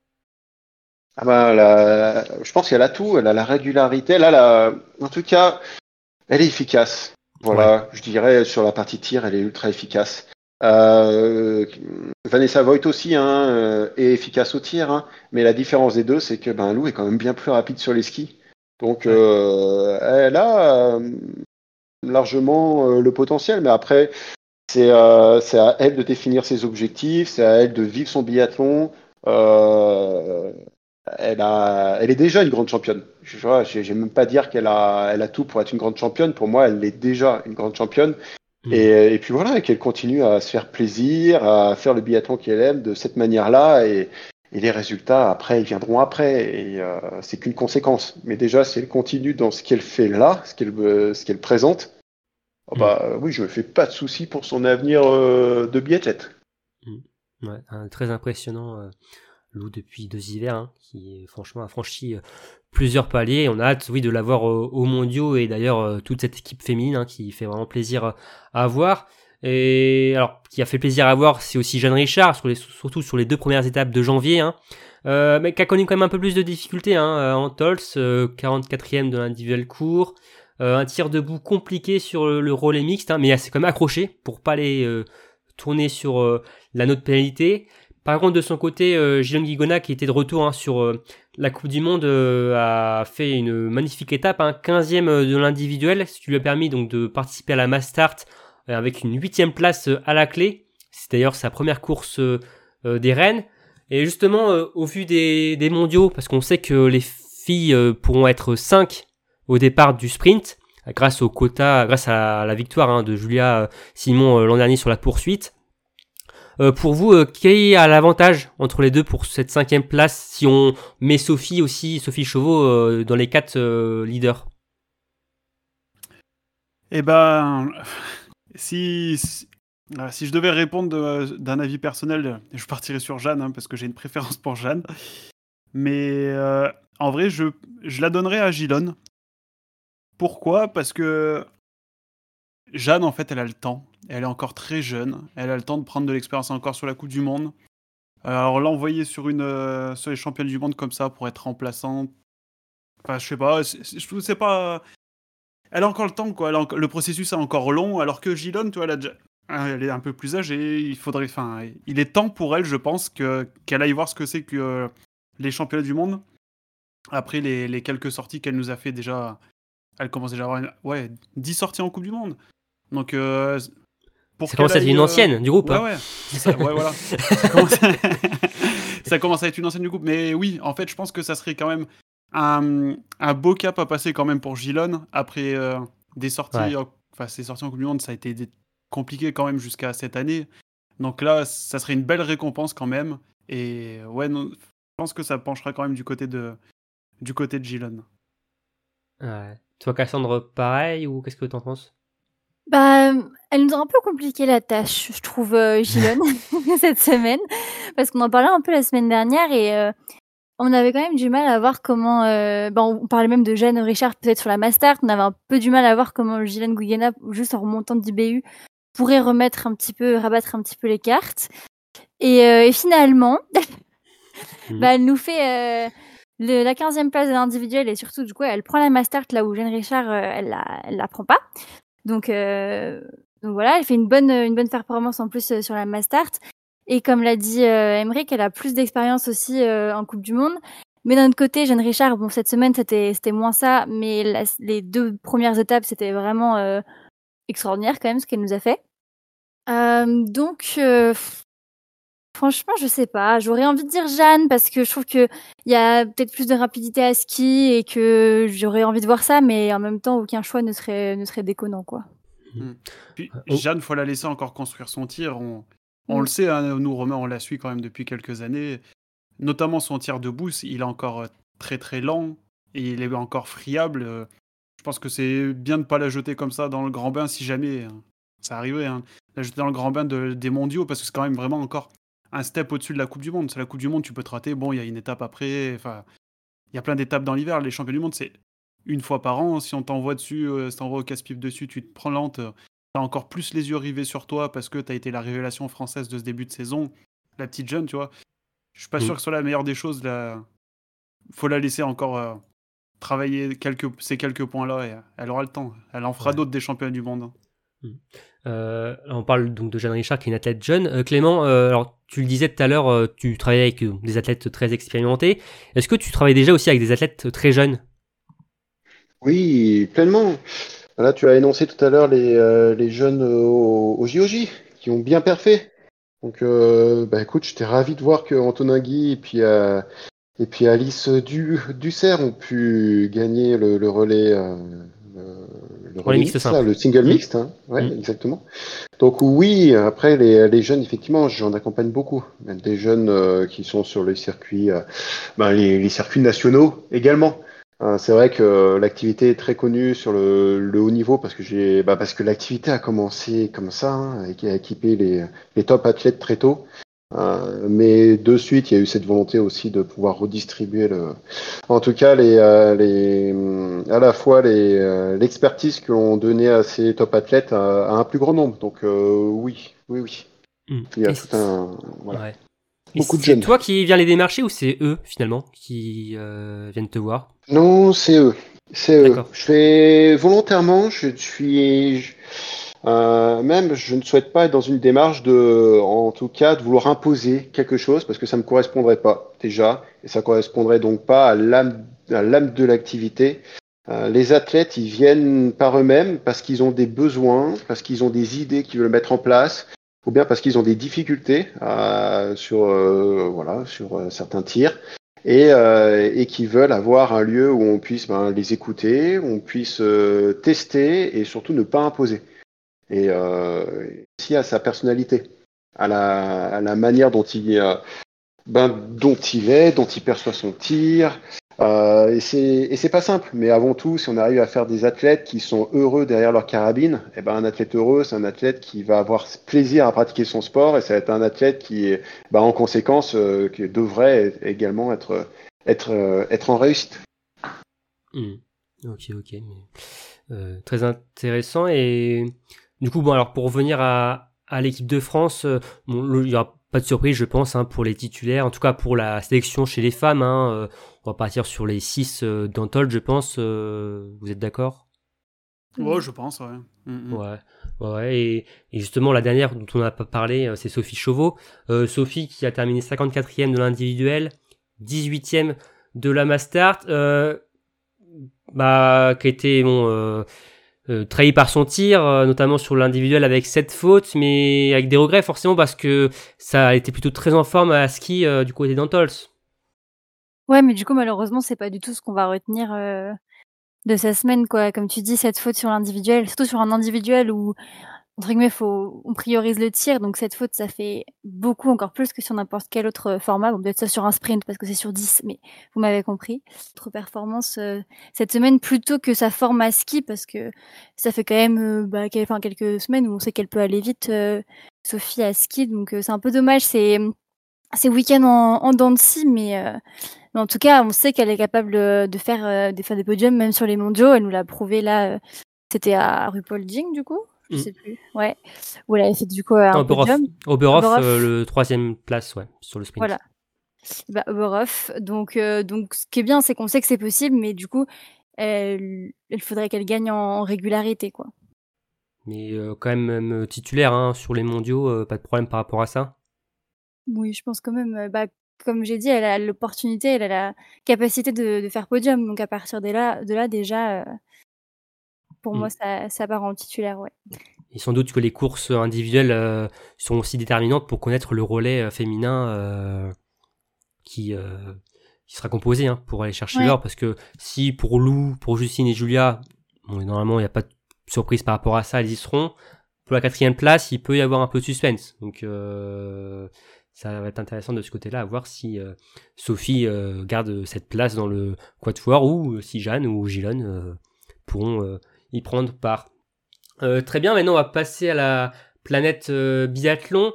Je pense qu'elle a tout. Elle a la régularité. En tout cas, elle est efficace. Voilà, je dirais sur la partie tir, elle est ultra efficace. Vanessa Voigt aussi est efficace au tir, mais la différence des deux, c'est que Lou est quand même bien plus rapide sur les skis. Donc elle a largement le potentiel, mais après c'est à elle de définir ses objectifs, c'est à elle de vivre son biathlon. Elle est déjà une grande championne. Je vais même pas dire qu'elle a tout pour être une grande championne. Pour moi, elle est déjà une grande championne. Et puis voilà, qu'elle continue à se faire plaisir, à faire le biathlon qu'elle aime de cette manière-là, et les résultats après, ils viendront après, et c'est qu'une conséquence. Mais déjà, si elle continue dans ce qu'elle fait là, ce qu'elle présente, oui, je me fais pas de soucis pour son avenir de biathlète. Ouais, très impressionnant, Lou depuis 2 hivers, qui franchement a franchi plusieurs paliers. On a hâte, oui, de la voir aux mondiaux, et d'ailleurs toute cette équipe féminine qui fait vraiment plaisir à voir. Et alors, qui a fait plaisir à voir, c'est aussi Jeanne Richard, surtout sur les 2 premières étapes de janvier, mais qui a connu quand même un peu plus de difficultés en Tols, 44e de l'individuel court, un tir debout compliqué sur le relais mixte, mais elle s'est quand même accroché pour pas aller tourné sur la note pénalité. Par contre, de son côté, Gilon Guigona, qui était de retour sur la Coupe du Monde, a fait une magnifique étape, 15e de l'individuel, ce qui lui a permis donc de participer à la Mass Start avec une 8e place à la clé. C'est d'ailleurs sa première course des Rennes. Et justement, au vu des mondiaux, parce qu'on sait que les filles pourront être 5 au départ du sprint, grâce au quota, grâce à la victoire de Julia Simon l'an dernier sur la poursuite. Pour vous, qui a l'avantage entre les deux pour cette 5e place, si on met Sophie Chauveau dans les 4 leaders? Eh ben, si je devais répondre d'un avis personnel, je partirais sur Jeanne, parce que j'ai une préférence pour Jeanne. Mais en vrai, je la donnerais à Gilon. Pourquoi ? Parce que Jeanne, en fait, elle a le temps. Elle est encore très jeune. Elle a le temps de prendre de l'expérience encore sur la Coupe du Monde. Alors l'envoyer sur les championnes du monde comme ça pour être remplaçante, enfin, je sais pas. Je trouve que c'est pas. Elle a encore le temps, quoi. Le processus est encore long, alors que Gilon, tu vois, elle est un peu plus âgée. Il est temps pour elle, je pense, qu'elle aille voir ce que c'est que les championnats du monde. Après les quelques sorties qu'elle nous a fait déjà, elle commence déjà à avoir 10 sorties en Coupe du Monde. Donc, ça commence à être une ancienne du groupe. Ouais, c'est ça, voilà. Ça commence à être une ancienne du groupe. Mais oui, en fait, je pense que ça serait quand même un beau cap à passer quand même pour Gilon. Après des sorties, ces sorties en Coupe du Monde, ça a été compliqué quand même jusqu'à cette année. Donc là, ça serait une belle récompense quand même. Et je pense que ça penchera quand même du côté de Gilon. Ouais. Toi, Cassandre, pareil, ou qu'est-ce que tu en penses ? Elle nous a un peu compliqué la tâche, je trouve, Gilon, cette semaine, parce qu'on en parlait un peu la semaine dernière et on avait quand même du mal à voir comment. On parlait même de Jeanne Richard peut-être sur la Mass Start, on avait un peu du mal à voir comment Gilon Guigona, juste en remontant d'IBU, pourrait rabattre un petit peu les cartes. Et finalement, elle nous fait la 15e place de l'individuel et surtout, du coup, elle prend la Mass Start là où Jeanne Richard, elle la prend pas. Donc voilà, elle fait une bonne performance en plus sur la Mass Start. Et comme l'a dit Emeric, elle a plus d'expérience aussi en Coupe du Monde. Mais d'un autre côté, Jeanne Richard, cette semaine c'était moins ça, mais les 2 premières étapes c'était vraiment extraordinaire quand même ce qu'elle nous a fait. Franchement, je sais pas. J'aurais envie de dire Jeanne parce que je trouve que il y a peut-être plus de rapidité à ski et que j'aurais envie de voir ça, mais en même temps, aucun choix ne serait déconnant, quoi. Puis Jeanne, faut la laisser encore construire son tir. On le sait, nous Romain, on la suit quand même depuis quelques années. Notamment son tir de boost, il est encore très très lent et il est encore friable. Je pense que c'est bien de ne pas la jeter comme ça dans le grand bain si jamais ça arrivait. La jeter dans le grand bain des mondiaux parce que c'est quand même vraiment encore un step au-dessus de la Coupe du Monde. C'est la Coupe du Monde, tu peux te rater. Bon, il y a une étape après. Enfin, il y a plein d'étapes dans l'hiver. Les championnats du monde, c'est une fois par an. Si on t'envoie dessus, si t'envoies au casse-pipe dessus, tu te prends lente. T'as encore plus les yeux rivés sur toi parce que t'as été la révélation française de ce début de saison. La petite jeune, tu vois. Je suis pas sûr que ce soit la meilleure des choses. Faut la laisser encore travailler ces quelques points-là et elle aura le temps. Elle en fera d'autres des championnats du monde. On parle donc de Jeanne Richard qui est une athlète jeune. Clément, alors tu le disais tout à l'heure, tu travaillais avec des athlètes très expérimentés. Est-ce que tu travailles déjà aussi avec des athlètes très jeunes ? Oui, pleinement. Là, tu as énoncé tout à l'heure les jeunes au JOJ qui ont bien perfé. Donc, écoute, j'étais ravi de voir que Antonin Guy et puis Alice Dussert ont pu gagner le relais. Le relais mixte simple. Le single mixte, exactement. Donc oui, après les jeunes, effectivement, j'en accompagne beaucoup. Même des jeunes qui sont sur les circuits, les circuits nationaux également. C'est vrai que l'activité est très connue sur le haut niveau parce que l'activité a commencé comme ça, et a équipé les top athlètes très tôt. Mais de suite, il y a eu cette volonté aussi de pouvoir redistribuer en tout cas à la fois l'expertise que l'on donnait à ces top athlètes à un plus grand nombre. Donc oui. Il y a tout un Ouais. beaucoup de c'est jeunes. toi qui viens les démarcher ou c'est eux finalement qui viennent te voir ? Non, c'est eux. D'accord. Je fais volontairement. Même, je ne souhaite pas être dans une démarche en tout cas, de vouloir imposer quelque chose parce que ça me correspondrait pas déjà, et ça correspondrait donc pas à l'âme de l'activité. Les athlètes, ils viennent par eux-mêmes parce qu'ils ont des besoins, parce qu'ils ont des idées qu'ils veulent mettre en place, ou bien parce qu'ils ont des difficultés sur certains tirs. Et qui veulent avoir un lieu où on puisse les écouter, où on puisse tester et surtout ne pas imposer. Et aussi à sa personnalité, à la manière dont il est, dont il perçoit son tir. Et c'est pas simple, mais avant tout, si on arrive à faire des athlètes qui sont heureux derrière leur carabine, un athlète heureux, c'est un athlète qui va avoir plaisir à pratiquer son sport, et ça va être un athlète qui est, en conséquence, qui devrait également être en réussite. Ok. Très intéressant. Et du coup, alors pour revenir à l'équipe de France, il n'y aura pas de surprise, je pense, pour les titulaires, en tout cas pour la sélection chez les femmes. On va partir sur les 6 d'Antol, je pense. Vous êtes d'accord ? Ouais, je pense, ouais. Ouais. Et justement, la dernière dont on n'a pas parlé, c'est Sophie Chauveau. Sophie qui a terminé 54e de l'individuel, 18e de la Mastart, qui a été trahi par son tir, notamment sur l'individuel avec 7 fautes, mais avec des regrets forcément parce que ça a été plutôt très en forme à ski du côté d'Antols. Ouais, mais du coup, malheureusement, c'est pas du tout ce qu'on va retenir de sa semaine, quoi. Comme tu dis, cette faute sur l'individuel, surtout sur un individuel où, entre guillemets, on priorise le tir. Donc, cette faute, ça fait beaucoup, encore plus que sur n'importe quel autre format. Bon, peut-être ça sur un sprint parce que c'est sur 10, mais vous m'avez compris. Autre performance cette semaine plutôt que sa forme à ski parce que ça fait quand même quelques semaines où on sait qu'elle peut aller vite, Sophie à ski. Donc, c'est un peu dommage. C'est week-end en dents de scie, mais en tout cas, on sait qu'elle est capable de faire des podiums, même sur les mondiaux. Elle nous l'a prouvé là. C'était à Ruhpolding, du coup. Je sais plus. Ouais. Où elle avait fait du coup un podium. Oberhof, le 3e place, ouais, sur le sprint. Voilà. Oberhof. Donc, ce qui est bien, c'est qu'on sait que c'est possible, mais du coup, il faudrait qu'elle gagne en régularité, quoi. Mais quand même titulaire sur les mondiaux, pas de problème par rapport à ça. Oui, je pense quand même. Comme j'ai dit, elle a l'opportunité, elle a la capacité de faire podium. Donc à partir de là déjà, pour moi, ça part en titulaire, ouais. Et sans doute que les courses individuelles sont aussi déterminantes pour connaître le relais féminin qui sera composé pour aller chercher l'or. Parce que si pour Lou, pour Justine et Julia, normalement il n'y a pas de surprise par rapport à ça, elles y seront. Pour la 4e place, il peut y avoir un peu de suspense. Donc ça va être intéressant de ce côté-là, à voir si Sophie garde cette place dans le quatuor ou si Jeanne ou Gilon pourront y prendre part. Très bien, maintenant on va passer à la planète biathlon.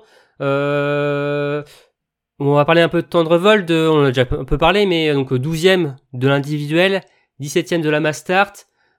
On va parler un peu de Tendrevold, on en a déjà un peu parlé, mais donc 12e de l'individuel, 17e de la Mastart.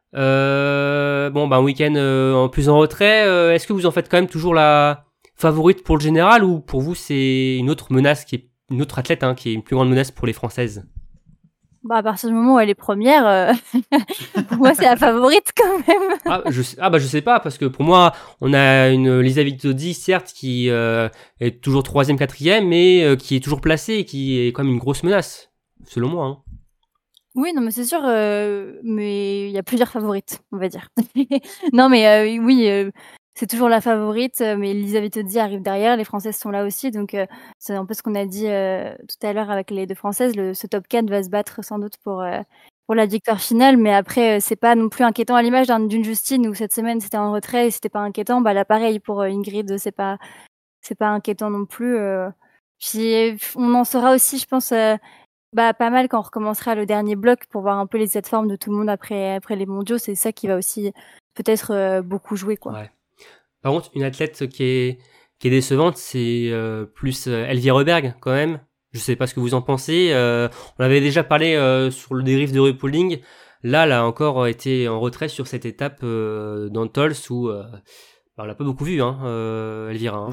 Un week-end en plus en retrait. Est-ce que vous en faites quand même toujours la favorite pour le général ou pour vous c'est une autre menace, une autre athlète qui est une plus grande menace pour les Françaises? À partir du moment où elle est première, pour moi c'est la favorite quand même. Je sais pas, parce que pour moi on a une Lisa Vitozzi certes qui est toujours 3e, 4e, mais qui est toujours placée et qui est quand même une grosse menace selon moi. Oui, non mais c'est sûr, mais il y a plusieurs favorites, on va dire. Non mais oui, c'est toujours la favorite, mais Lisa Vitozzi arrive derrière, les Françaises sont là aussi, donc c'est un peu ce qu'on a dit tout à l'heure avec les 2 Françaises. Ce top 4 va se battre sans doute pour la victoire finale, mais après c'est pas non plus inquiétant à l'image d'une Justine où cette semaine c'était en retrait et c'était pas inquiétant. Là pareil pour Ingrid, c'est pas inquiétant non plus. Puis on en saura aussi, je pense. Pas mal quand on recommencera le dernier bloc pour voir un peu les états de forme de tout le monde après les mondiaux. C'est ça qui va aussi peut-être beaucoup jouer, quoi. Ouais. Par contre, une athlète qui est décevante, c'est plus Elvire Heuberg quand même. Je sais pas ce que vous en pensez. On avait déjà parlé sur le débrief de Ruhpolding. Là, elle a encore été en retrait sur cette étape d'Antols où on l'a pas beaucoup vu, Elvira. Ouais.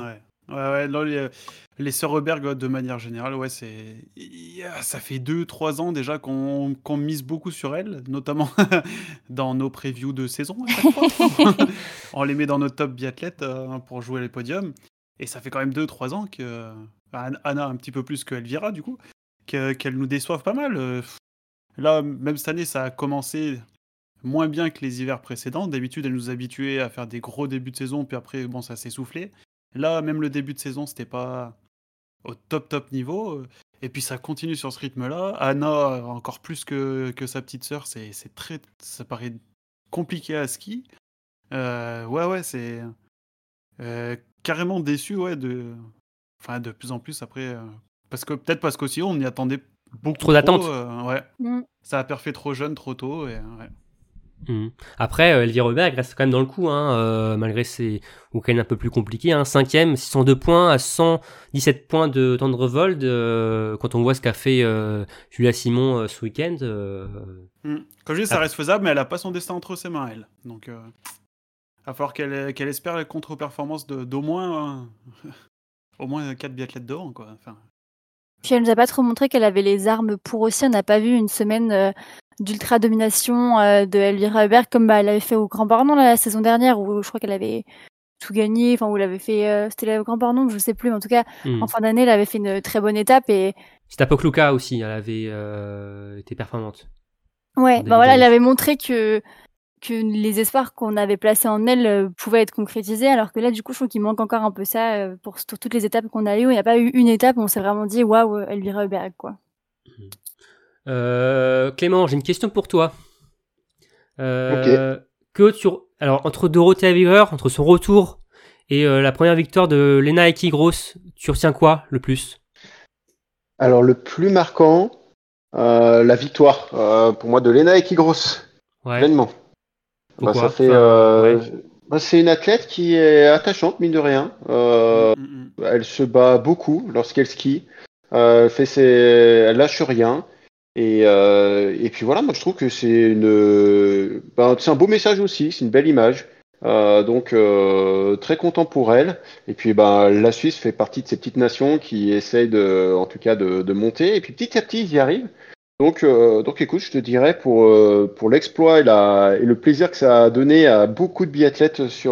Ouais, non, les Sœurs-Berg, de manière générale, ouais, ça fait 2-3 ans déjà qu'on mise beaucoup sur elles, notamment dans nos previews de saison à chaque fois. On les met dans nos top biathlètes pour jouer les podiums. Et ça fait quand même 2-3 ans que Anna, un petit peu plus que Elvira, du coup, qu'elles nous déçoivent pas mal. Là, même cette année, ça a commencé moins bien que les hivers précédents. D'habitude, elle nous habituait à faire des gros débuts de saison, puis après, bon, ça s'est soufflé. Là, même le début de saison, c'était pas au top niveau. Et puis ça continue sur ce rythme-là. Anna, encore plus que sa petite sœur, ça paraît compliqué à ski. Ouais, c'est carrément déçu, ouais, de plus en plus après. Peut-être parce qu'aussi on y attendait beaucoup Trop d'attentes. Ouais. Mm. Ça a perfait trop jeune, trop tôt. Et, ouais. Après, Elvira Berg reste quand même dans le coup, malgré ses week-ends un peu plus compliqués. 5e, 602 points à 117 points de Tendrevold. Quand on voit ce qu'a fait Julia Simon ce week-end. Comme je dis, ça reste faisable, mais elle a pas son destin entre ses mains, elle. Donc, il va falloir qu'elle espère la contre-performance d'au moins, au moins 4 biathlètes devant, quoi. Enfin... Puis elle nous a pas trop montré qu'elle avait les armes pour aussi. On n'a pas vu une semaine d'ultra domination de Elvira Berg comme elle avait fait au Grand Bornand la saison dernière, où je crois qu'elle avait tout gagné, où elle avait fait c'était le Grand Bornand, je sais plus, mais en tout cas en fin d'année elle avait fait une très bonne étape. Et c'était à Pokluka aussi, elle avait été performante. Ouais, voilà, elle avait montré que les espoirs qu'on avait placés en elle pouvaient être concrétisés, alors que là, du coup, je trouve qu'il manque encore un peu ça pour toutes les étapes qu'on a eues. Il n'y a pas eu une étape où on s'est vraiment dit « Waouh, Elvira Berg », quoi. Clément, j'ai une question pour toi. Ok. Alors, entre Dorothea Viger, entre son retour et la première victoire de Lena Ekigros, tu retiens quoi le plus ? Alors, le plus marquant, la victoire, pour moi, de Lena Ekigros. Ouais. Pleinement. Pourquoi ? C'est une athlète qui est attachante, mine de rien. Elle se bat beaucoup lorsqu'elle skie. Elle lâche rien. Et puis voilà, moi je trouve que c'est c'est un beau message aussi, c'est une belle image. Donc très content pour elle. Et puis la Suisse fait partie de ces petites nations qui essayent en tout cas de monter. Et puis petit à petit ils y arrivent. Donc écoute, je te dirais pour l'exploit et le plaisir que ça a donné à beaucoup de biathlètes sur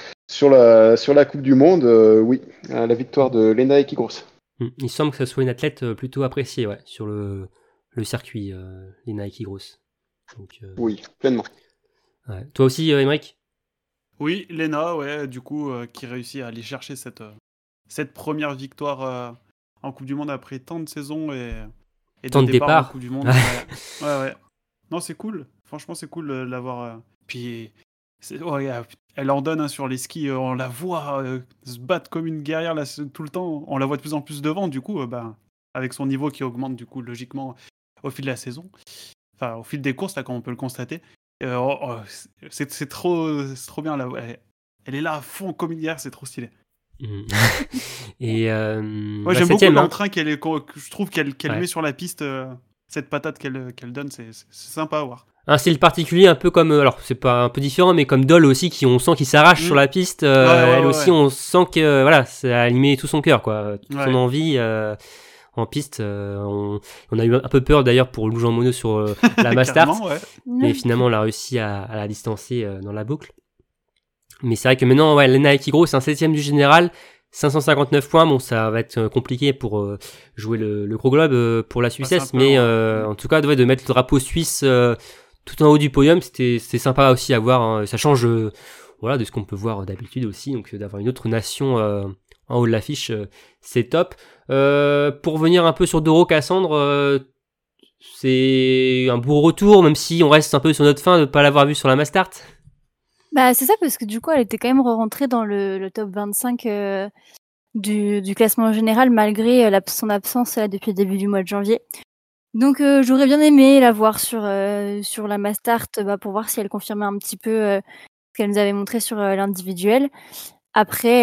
la Coupe du Monde, oui, la victoire de Lena Ekigros. Il semble que ce soit une athlète plutôt appréciée, ouais, sur le circuit, Lena Ekigros. Donc, oui, pleinement. Ouais. Toi aussi, Émeric ? Oui, Lena, ouais, du coup, qui réussit à aller chercher cette première victoire en Coupe du Monde après tant de saisons et tant de départ en Coupe du Monde. Ouais. Non, c'est cool. Franchement, c'est cool de l'avoir. Puis, elle en donne sur les skis. On la voit se battre comme une guerrière là, tout le temps. On la voit de plus en plus devant, du coup, avec son niveau qui augmente, du coup, logiquement, au fil de la saison. Enfin, au fil des courses, là, comme on peut le constater. C'est trop bien, là. Elle est là à fond comme une guerrière, c'est trop stylé. Et j'aime beaucoup l'entrain je trouve qu'elle met sur la piste, cette patate qu'elle donne, c'est sympa à voir. Un style particulier, un peu comme, alors c'est pas un peu différent, mais comme Doll aussi, on sent qu'il s'arrache sur la piste. Elle aussi, on sent que voilà, ça a allumé tout son cœur, quoi, toute son envie en piste. On a eu un peu peur d'ailleurs pour Lou Jean Monod sur la Mastart, mais finalement on a réussi à la distancer dans la boucle. Mais c'est vrai que maintenant, Lena Ekigros, c'est un 7ème du général, 559 points. Bon, ça va être compliqué pour jouer le gros globe pour la Suissesse, mais en tout cas, de mettre le drapeau suisse tout en haut du podium, c'était sympa aussi à voir. Hein. Ça change de ce qu'on peut voir d'habitude aussi, donc d'avoir une autre nation en haut de l'affiche, c'est top. Pour revenir un peu sur Doro Cassandre, c'est un beau retour, même si on reste un peu sur notre fin de ne pas l'avoir vu sur la Mastart. C'est ça, parce que du coup, elle était quand même rentrée dans le top 25 du classement général, malgré son absence depuis le début du mois de janvier. Donc, j'aurais bien aimé la voir sur la Mastart, pour voir si elle confirmait un petit peu ce qu'elle nous avait montré sur l'individuel. Après,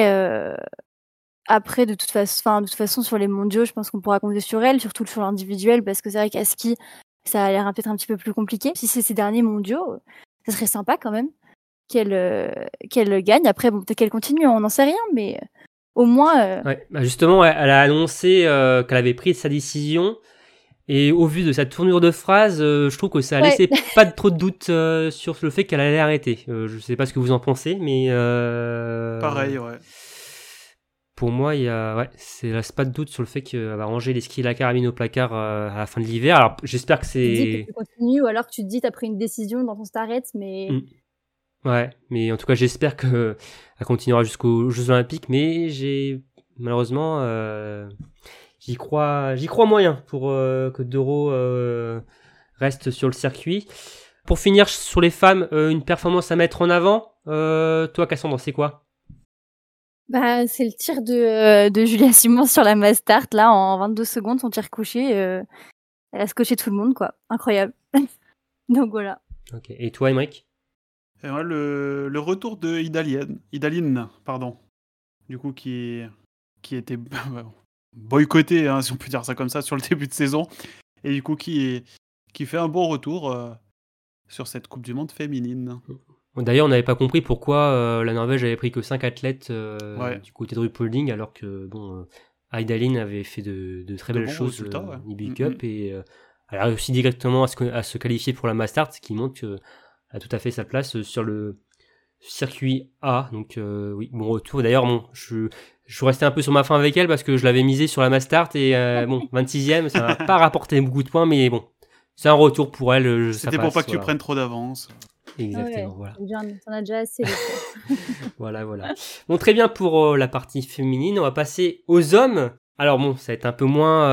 de toute façon, sur les mondiaux, je pense qu'on pourra compter sur elle, surtout sur l'individuel, parce que c'est vrai qu'à ski, ça a l'air peut-être un petit peu plus compliqué. Si c'est ces derniers mondiaux, ça serait sympa quand même qu'elle gagne. Après, bon, peut-être qu'elle continue, on n'en sait rien, mais au moins. Ouais, bah justement, elle a annoncé qu'elle avait pris sa décision. Et au vu de sa tournure de phrase, je trouve que ça a Ouais. laissé pas trop de doute sur le fait qu'elle allait arrêter. Je sais pas ce que vous en pensez, mais Pareil, ouais. pour moi, il laisse pas de doute sur le fait qu'elle va ranger les skis et la carabine au placard à la fin de l'hiver. Alors j'espère que Tu te dis que c'est tu continues, ou alors que tu te dis t'as pris une décision, dans ton t'arrêtes, mais ouais, mais en tout cas j'espère que elle continuera jusqu'aux Jeux Olympiques. Mais malheureusement j'y crois moyen pour que Doro reste sur le circuit. Pour finir sur les femmes, une performance à mettre en avant. Toi, Cassandre, c'est quoi? bah, c'est le tir de Julia Simon sur la mass start, là, en 22 secondes, son tir couché. Elle a scotché tout le monde, quoi. Incroyable. Donc voilà. Ok. Et toi, Emmerich? Et ouais, le retour de Idaline, pardon. Du coup, qui était boycotté, hein, si on peut dire ça comme ça, sur le début de saison. Et du coup, qui fait un bon retour sur cette Coupe du Monde féminine. D'ailleurs, on n'avait pas compris pourquoi la Norvège avait pris que 5 athlètes Ouais. du côté de Ruhpolding, alors que Heidalin avait fait de très belles bons choses résultats, ouais. au Big Cup, et elle a réussi directement à se qualifier pour la Mastart, ce qui montre qu'elle a tout à fait sa place sur le circuit A. Donc oui, bon retour. D'ailleurs, je restais un peu sur ma fin avec elle parce que je l'avais misé sur la Mastart, et 26e, ça m'a pas rapporté beaucoup de points, mais bon, c'est un retour pour elle. C'était pour pas que tu prennes trop d'avance. Exactement, Ouais, voilà. t'en as déjà assez. Voilà. Bon, très bien pour la partie féminine. On va passer aux hommes. Alors bon, ça va être un peu moins...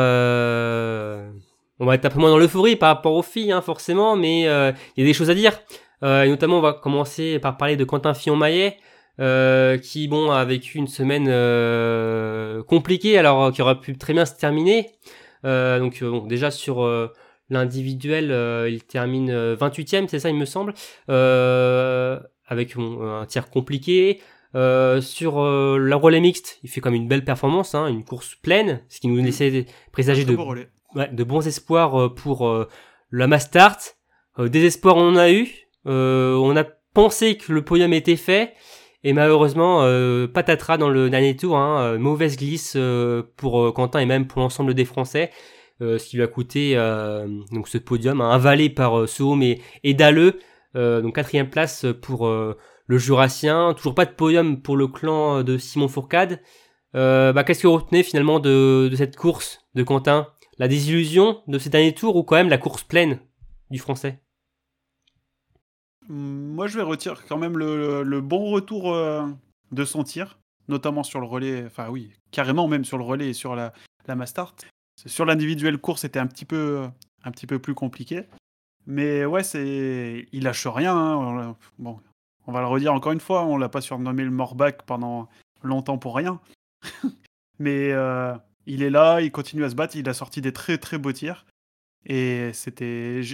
On va être un peu moins dans l'euphorie par rapport aux filles, hein, forcément, mais il y a des choses à dire. Et notamment, on va commencer par parler de Quentin Fillon-Maillet, qui, a vécu une semaine compliquée, alors qui aurait pu très bien se terminer. Déjà sur... l'individuel, il termine 28e, c'est ça, il me semble, avec un tir compliqué. Sur la relais mixte, il fait comme une belle performance, hein, une course pleine, ce qui nous laissait présager de bons espoirs pour la Mastart. Des espoirs on en a eu. On a pensé que le podium était fait. Et malheureusement, patatras dans le dernier tour, hein, mauvaise glisse pour Quentin et même pour l'ensemble des Français. Ce qui lui a coûté donc ce podium, hein, avalé par Soum et Dalleux. Donc 4e place pour le Jurassien. Toujours pas de podium pour le clan de Simon Fourcade. Qu'est-ce que vous retenez finalement de cette course de Quentin? La désillusion de ces derniers tours ou quand même la course pleine du Français? Moi, je vais retirer quand même le bon retour de son tir, notamment sur le relais, enfin oui, carrément même sur le relais et sur la Mastart. Sur l'individuel course, c'était un petit peu plus compliqué. Mais ouais, il lâche rien. Hein. Bon, on va le redire encore une fois, on l'a pas surnommé le Morbach pendant longtemps pour rien. Mais il est là, il continue à se battre, il a sorti des très très beaux tirs. Et c'est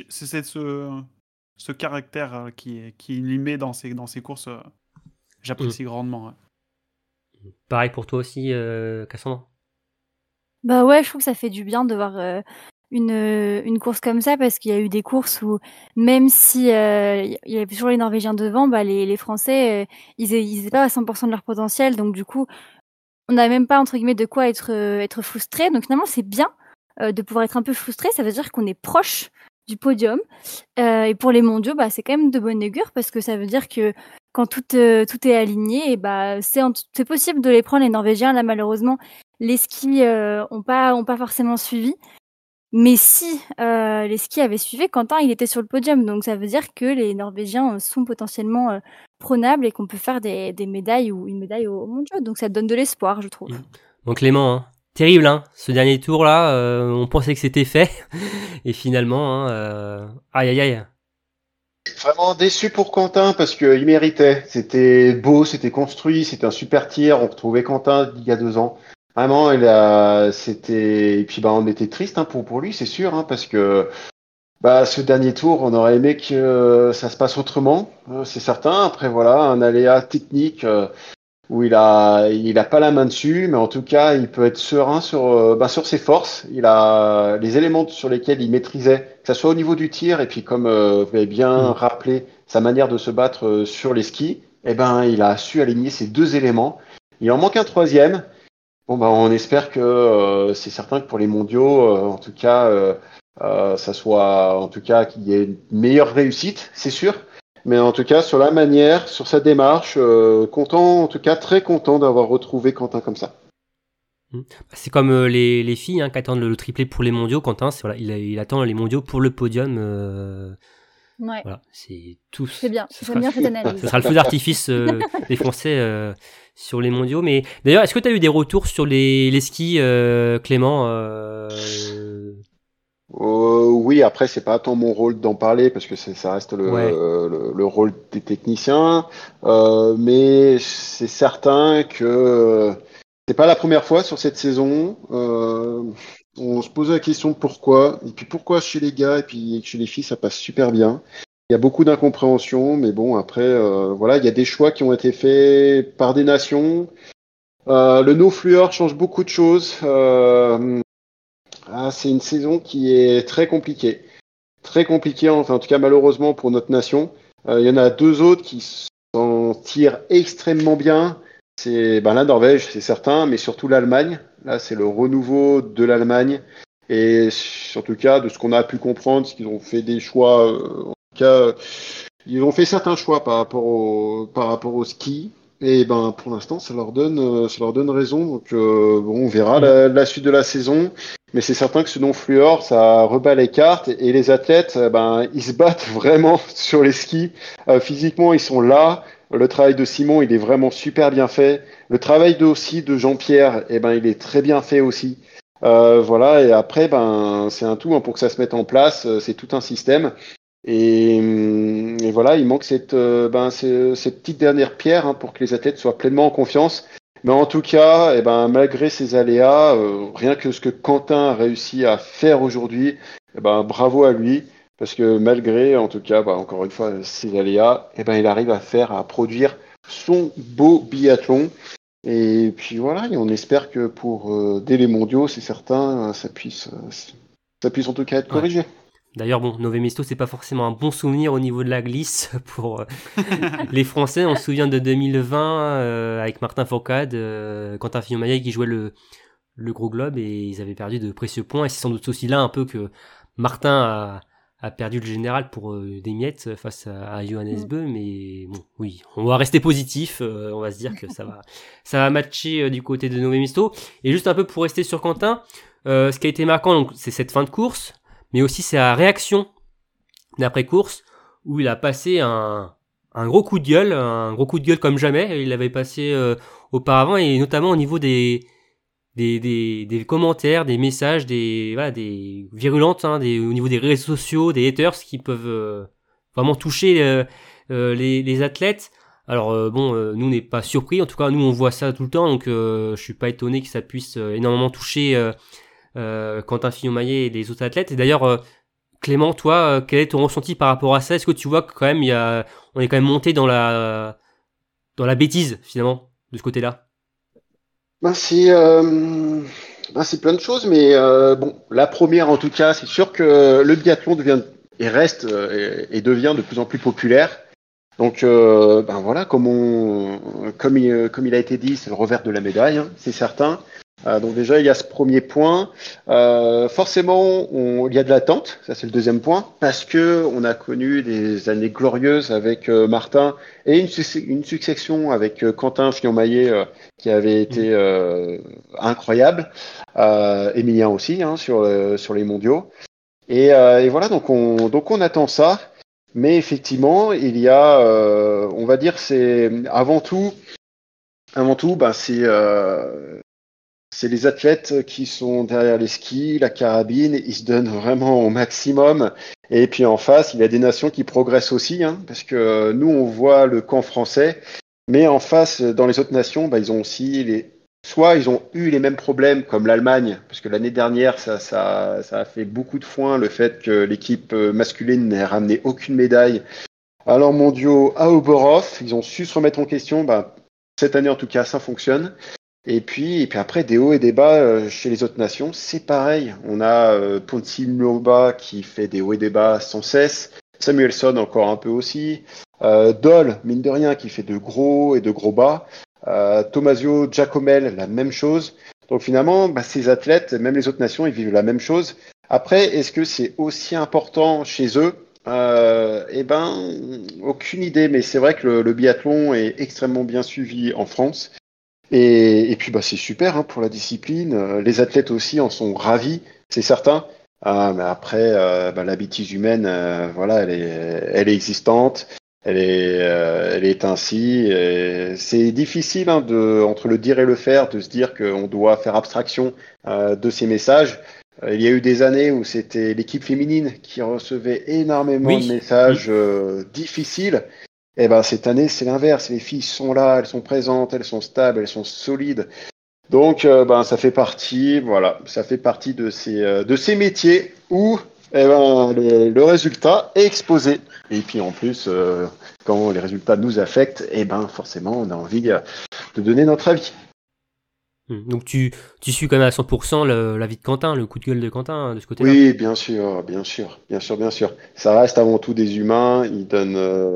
ce caractère qui lui met dans ses courses, j'apprécie grandement. Ouais. Pareil pour toi aussi, Cassandra? Bah ouais, je trouve que ça fait du bien de voir une course comme ça, parce qu'il y a eu des courses où, même si il y avait toujours les Norvégiens devant, les Français, ils étaient pas à 100% de leur potentiel, donc du coup, on n'a même pas entre guillemets de quoi être frustré. Donc finalement, c'est bien de pouvoir être un peu frustré. Ça veut dire qu'on est proche du podium. Et pour les mondiaux, c'est quand même de bonne augure, parce que ça veut dire que quand tout est aligné, c'est possible de les prendre, les Norvégiens. Là, malheureusement, les skis ont pas forcément suivi. Mais si les skis avaient suivi, Quentin, il était sur le podium. Donc ça veut dire que les Norvégiens sont potentiellement prenables, et qu'on peut faire des médailles ou une médaille aux mondiaux. Donc ça donne de l'espoir, je trouve. Bon, Clément, hein, terrible, hein, ce dernier tour-là. On pensait que c'était fait. Et finalement, aïe aïe aïe. Vraiment déçu pour Quentin parce qu'il méritait. C'était beau, c'était construit, c'était un super tir. On retrouvait Quentin il y a 2 ans. Vraiment, c'était. Et puis on était triste, hein, pour lui, c'est sûr, hein, parce que ce dernier tour, on aurait aimé que ça se passe autrement, c'est certain. Après voilà, un aléa technique où il a pas la main dessus, mais en tout cas, il peut être serein sur ses forces. Il a les éléments sur lesquels il maîtrisait, que ça soit au niveau du tir, et puis comme vous avez bien rappelé sa manière de se battre sur les skis, il a su aligner ces 2 éléments. Il en manque un 3e. Bon, bah, on espère que c'est certain que pour les mondiaux, en tout cas, ça soit, en tout cas, qu'il y ait une meilleure réussite, c'est sûr. Mais en tout cas, sur la manière, sur sa démarche, content, en tout cas, très content d'avoir retrouvé Quentin comme ça. C'est comme les filles qui attendent le triplé pour les mondiaux. Quentin, voilà, il attend les mondiaux pour le podium. Ouais, Voilà, c'est tout. c'est bien. J'aime bien cette analyse. Ce sera le feu d'artifice des Français sur les mondiaux. Mais d'ailleurs, est-ce que tu as eu des retours sur les skis, Clément Oui, après, c'est pas tant mon rôle d'en parler parce que ça reste Ouais. le rôle des techniciens. Mais c'est certain que c'est pas la première fois sur cette saison. On se pose la question de pourquoi. Et puis pourquoi chez les gars et puis chez les filles, ça passe super bien. Il y a beaucoup d'incompréhension, mais bon, après, voilà, il y a des choix qui ont été faits par des nations. Le no-fluor change beaucoup de choses. C'est une saison qui est très compliquée. Très compliquée, enfin, en tout cas malheureusement pour notre nation. Il y en a deux autres qui s'en tirent extrêmement bien. C'est la Norvège, c'est certain, mais surtout l'Allemagne. Là, c'est le renouveau de l'Allemagne. Et en tout cas, de ce qu'on a pu comprendre, c'est qu'ils ont fait des choix. En tout cas, ils ont fait certains choix par rapport au ski. Et pour l'instant, ça leur donne raison. Donc bon, on verra la suite de la saison. Mais c'est certain que ce non-fluor, ça rebat les cartes et les athlètes, ils se battent vraiment sur les skis. Physiquement, ils sont là. Le travail de Simon, il est vraiment super bien fait. Le travail aussi de Jean-Pierre, il est très bien fait aussi. Voilà. Et après, c'est un tout pour que ça se mette en place. C'est tout un système. Et voilà, il manque cette petite dernière pierre pour que les athlètes soient pleinement en confiance. Mais en tout cas, malgré ces aléas, rien que ce que Quentin a réussi à faire aujourd'hui, bravo à lui, parce que malgré, en tout cas, encore une fois, ces aléas, il arrive à produire son beau biathlon. Et puis voilà, et on espère que pour dès les mondiaux, c'est certain, ça puisse en tout cas être corrigé. D'ailleurs, bon, Nové Mesto, c'est pas forcément un bon souvenir au niveau de la glisse pour les Français. On se souvient de 2020 avec Martin Fourcade, Quentin Fillon-Maillet qui jouait le gros globe et ils avaient perdu de précieux points. Et c'est sans doute aussi là un peu que Martin a perdu le général pour des miettes face à Johannes Bö. Mais bon, oui, on va rester positif. On va se dire que ça va matcher du côté de Nové Mesto. Et juste un peu pour rester sur Quentin, ce qui a été marquant, donc, c'est cette fin de course. Mais aussi sa réaction d'après-course, où il a passé un gros coup de gueule comme jamais. Il l'avait passé auparavant, et notamment au niveau des commentaires, des messages, des virulentes, au niveau des réseaux sociaux, des haters qui peuvent vraiment toucher les athlètes. Alors nous on n'est pas surpris, en tout cas nous on voit ça tout le temps, donc je suis pas étonné que ça puisse énormément toucher Quentin Fillon-Maillet et les autres athlètes. Et d'ailleurs, Clément, toi, quel est ton ressenti par rapport à ça? Est-ce que tu vois que quand même on est quand même monté dans la bêtise finalement de ce côté-là? C'est plein de choses, mais la première en tout cas, c'est sûr que le biathlon devient et reste et devient de plus en plus populaire. Donc voilà, comme il a été dit, c'est le revers de la médaille, c'est certain. Donc déjà, il y a ce premier point. Forcément, il y a de l'attente, ça c'est le deuxième point, parce que on a connu des années glorieuses avec Martin et une succession avec Quentin Fillon-Maillet qui avait été incroyable. Emilien aussi sur les mondiaux. Et voilà, donc on attend ça. Mais effectivement, il y a, on va dire, c'est avant tout, c'est les athlètes qui sont derrière les skis, la carabine, ils se donnent vraiment au maximum. Et puis en face, il y a des nations qui progressent aussi, parce que nous, on voit le camp français, mais en face, dans les autres nations, ils ont aussi soit ils ont eu les mêmes problèmes comme l'Allemagne, parce que l'année dernière, ça a fait beaucoup de foin le fait que l'équipe masculine n'ait ramené aucune médaille à leurs mondiaux à Oberhof. Ils ont su se remettre en question. Cette année, en tout cas, ça fonctionne. Et puis après, des hauts et des bas chez les autres nations, c'est pareil. On a Ponti Mloba qui fait des hauts et des bas sans cesse. Samuelsson encore un peu aussi. Doll, mine de rien, qui fait de gros et de gros bas. Tomasio Giacomel, la même chose. Donc finalement, ces athlètes, même les autres nations, ils vivent la même chose. Après, est-ce que c'est aussi important chez eux? Aucune idée, mais c'est vrai que le biathlon est extrêmement bien suivi en France. Et puis c'est super pour la discipline. Les athlètes aussi en sont ravis, c'est certain. Mais après, la bêtise humaine, elle est existante. Elle est ainsi. Et c'est difficile entre le dire et le faire, de se dire qu'on doit faire abstraction de ces messages. Il y a eu des années où c'était l'équipe féminine qui recevait énormément de messages difficiles. Et cette année, c'est l'inverse. Les filles sont là, elles sont présentes, elles sont stables, elles sont solides. Donc, ça fait partie de ces métiers où le résultat est exposé. Et puis en plus, quand les résultats nous affectent, forcément, on a envie de donner notre avis. Donc tu suis quand même à 100% l'avis de Quentin, le coup de gueule de Quentin de ce côté-là. Oui, bien sûr. Ça reste avant tout des humains. Ils donnent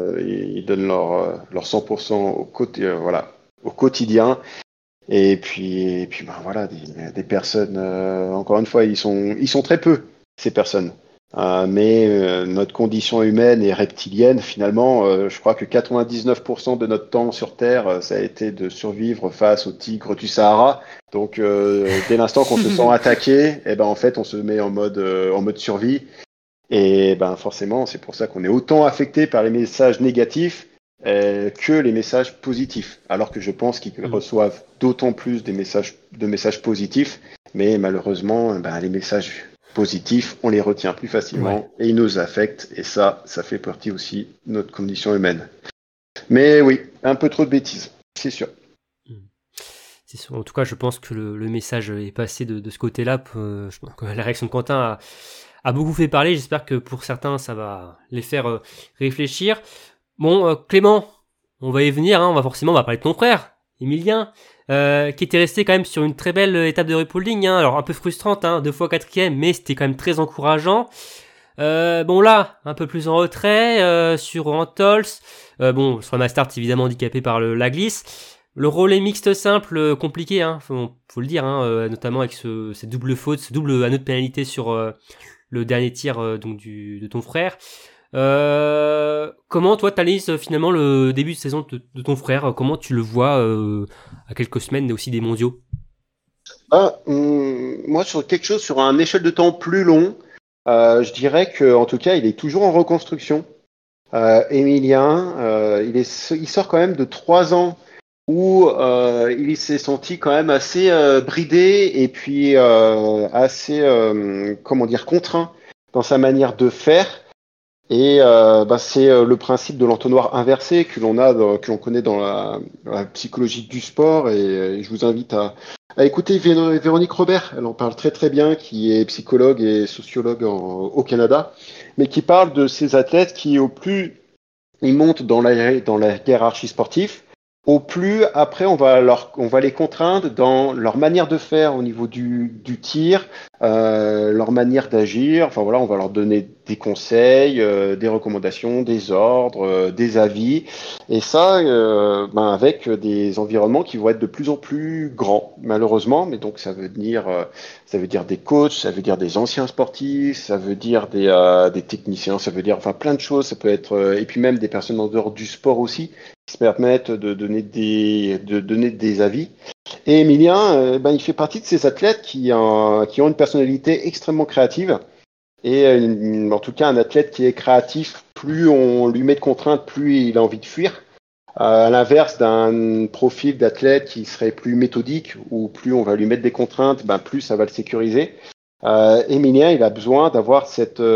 leur 100% au quotidien. Et puis des personnes. Encore une fois, ils sont très peu ces personnes. Mais notre condition humaine et reptilienne, finalement, je crois que 99% de notre temps sur Terre, ça a été de survivre face aux tigres du Sahara. Donc, dès l'instant qu'on se sent attaqué, en fait, on se met en mode survie. Et forcément, c'est pour ça qu'on est autant affecté par les messages négatifs que les messages positifs. Alors que je pense qu'ils reçoivent d'autant plus de messages positifs. Mais malheureusement, les messages positifs, on les retient plus facilement et ils nous affectent. Et ça fait partie aussi de notre condition humaine. Mais oui, un peu trop de bêtises, c'est sûr. C'est sûr. En tout cas, je pense que le message est passé de ce côté-là. Je pense que la réaction de Quentin a beaucoup fait parler. J'espère que pour certains, ça va les faire réfléchir. Bon, Clément, on va y venir. On va parler de ton frère, Emilien, qui était resté quand même sur une très belle étape de repolling. Alors un peu frustrante, 2 fois 4e, mais c'était quand même très encourageant. Là, un peu plus en retrait sur Antols. Sur la Mastart, évidemment handicapé par la glisse. Le relais mixte simple, compliqué, faut le dire, notamment avec cette double faute, ce double anneau de pénalité sur le dernier tir de ton frère. Comment toi t'analyses finalement le début de saison de ton frère? Comment tu le vois à quelques semaines aussi des mondiaux? Moi, sur un échelle de temps plus long, je dirais que en tout cas, il est toujours en reconstruction. Emilien, il sort quand même de 3 ans où il s'est senti quand même assez bridé et puis assez contraint dans sa manière de faire. Et c'est le principe de l'entonnoir inversé que l'on connaît dans la psychologie du sport. Et je vous invite à écouter Véronique Robert. Elle en parle très très bien, qui est psychologue et sociologue au Canada, mais qui parle de ces athlètes qui, au plus ils montent dans la hiérarchie sportive, au plus après on va les contraindre dans leur manière de faire au niveau du tir, leur manière d'agir. On va leur donner des conseils, des recommandations, des ordres, des avis, et ça avec des environnements qui vont être de plus en plus grands, malheureusement. Mais donc ça veut dire des coachs, ça veut dire des anciens sportifs, ça veut dire des techniciens, ça veut dire plein de choses. Ça peut être et puis même des personnes en dehors du sport aussi, qui se permettent de donner des avis. Et Emilien, il fait partie de ces athlètes qui ont une personnalité extrêmement créative. Et en tout cas, un athlète qui est créatif, plus on lui met de contraintes, plus il a envie de fuir. À l'inverse d'un profil d'athlète qui serait plus méthodique, ou plus on va lui mettre des contraintes, plus ça va le sécuriser. Emilien, il a besoin d'avoir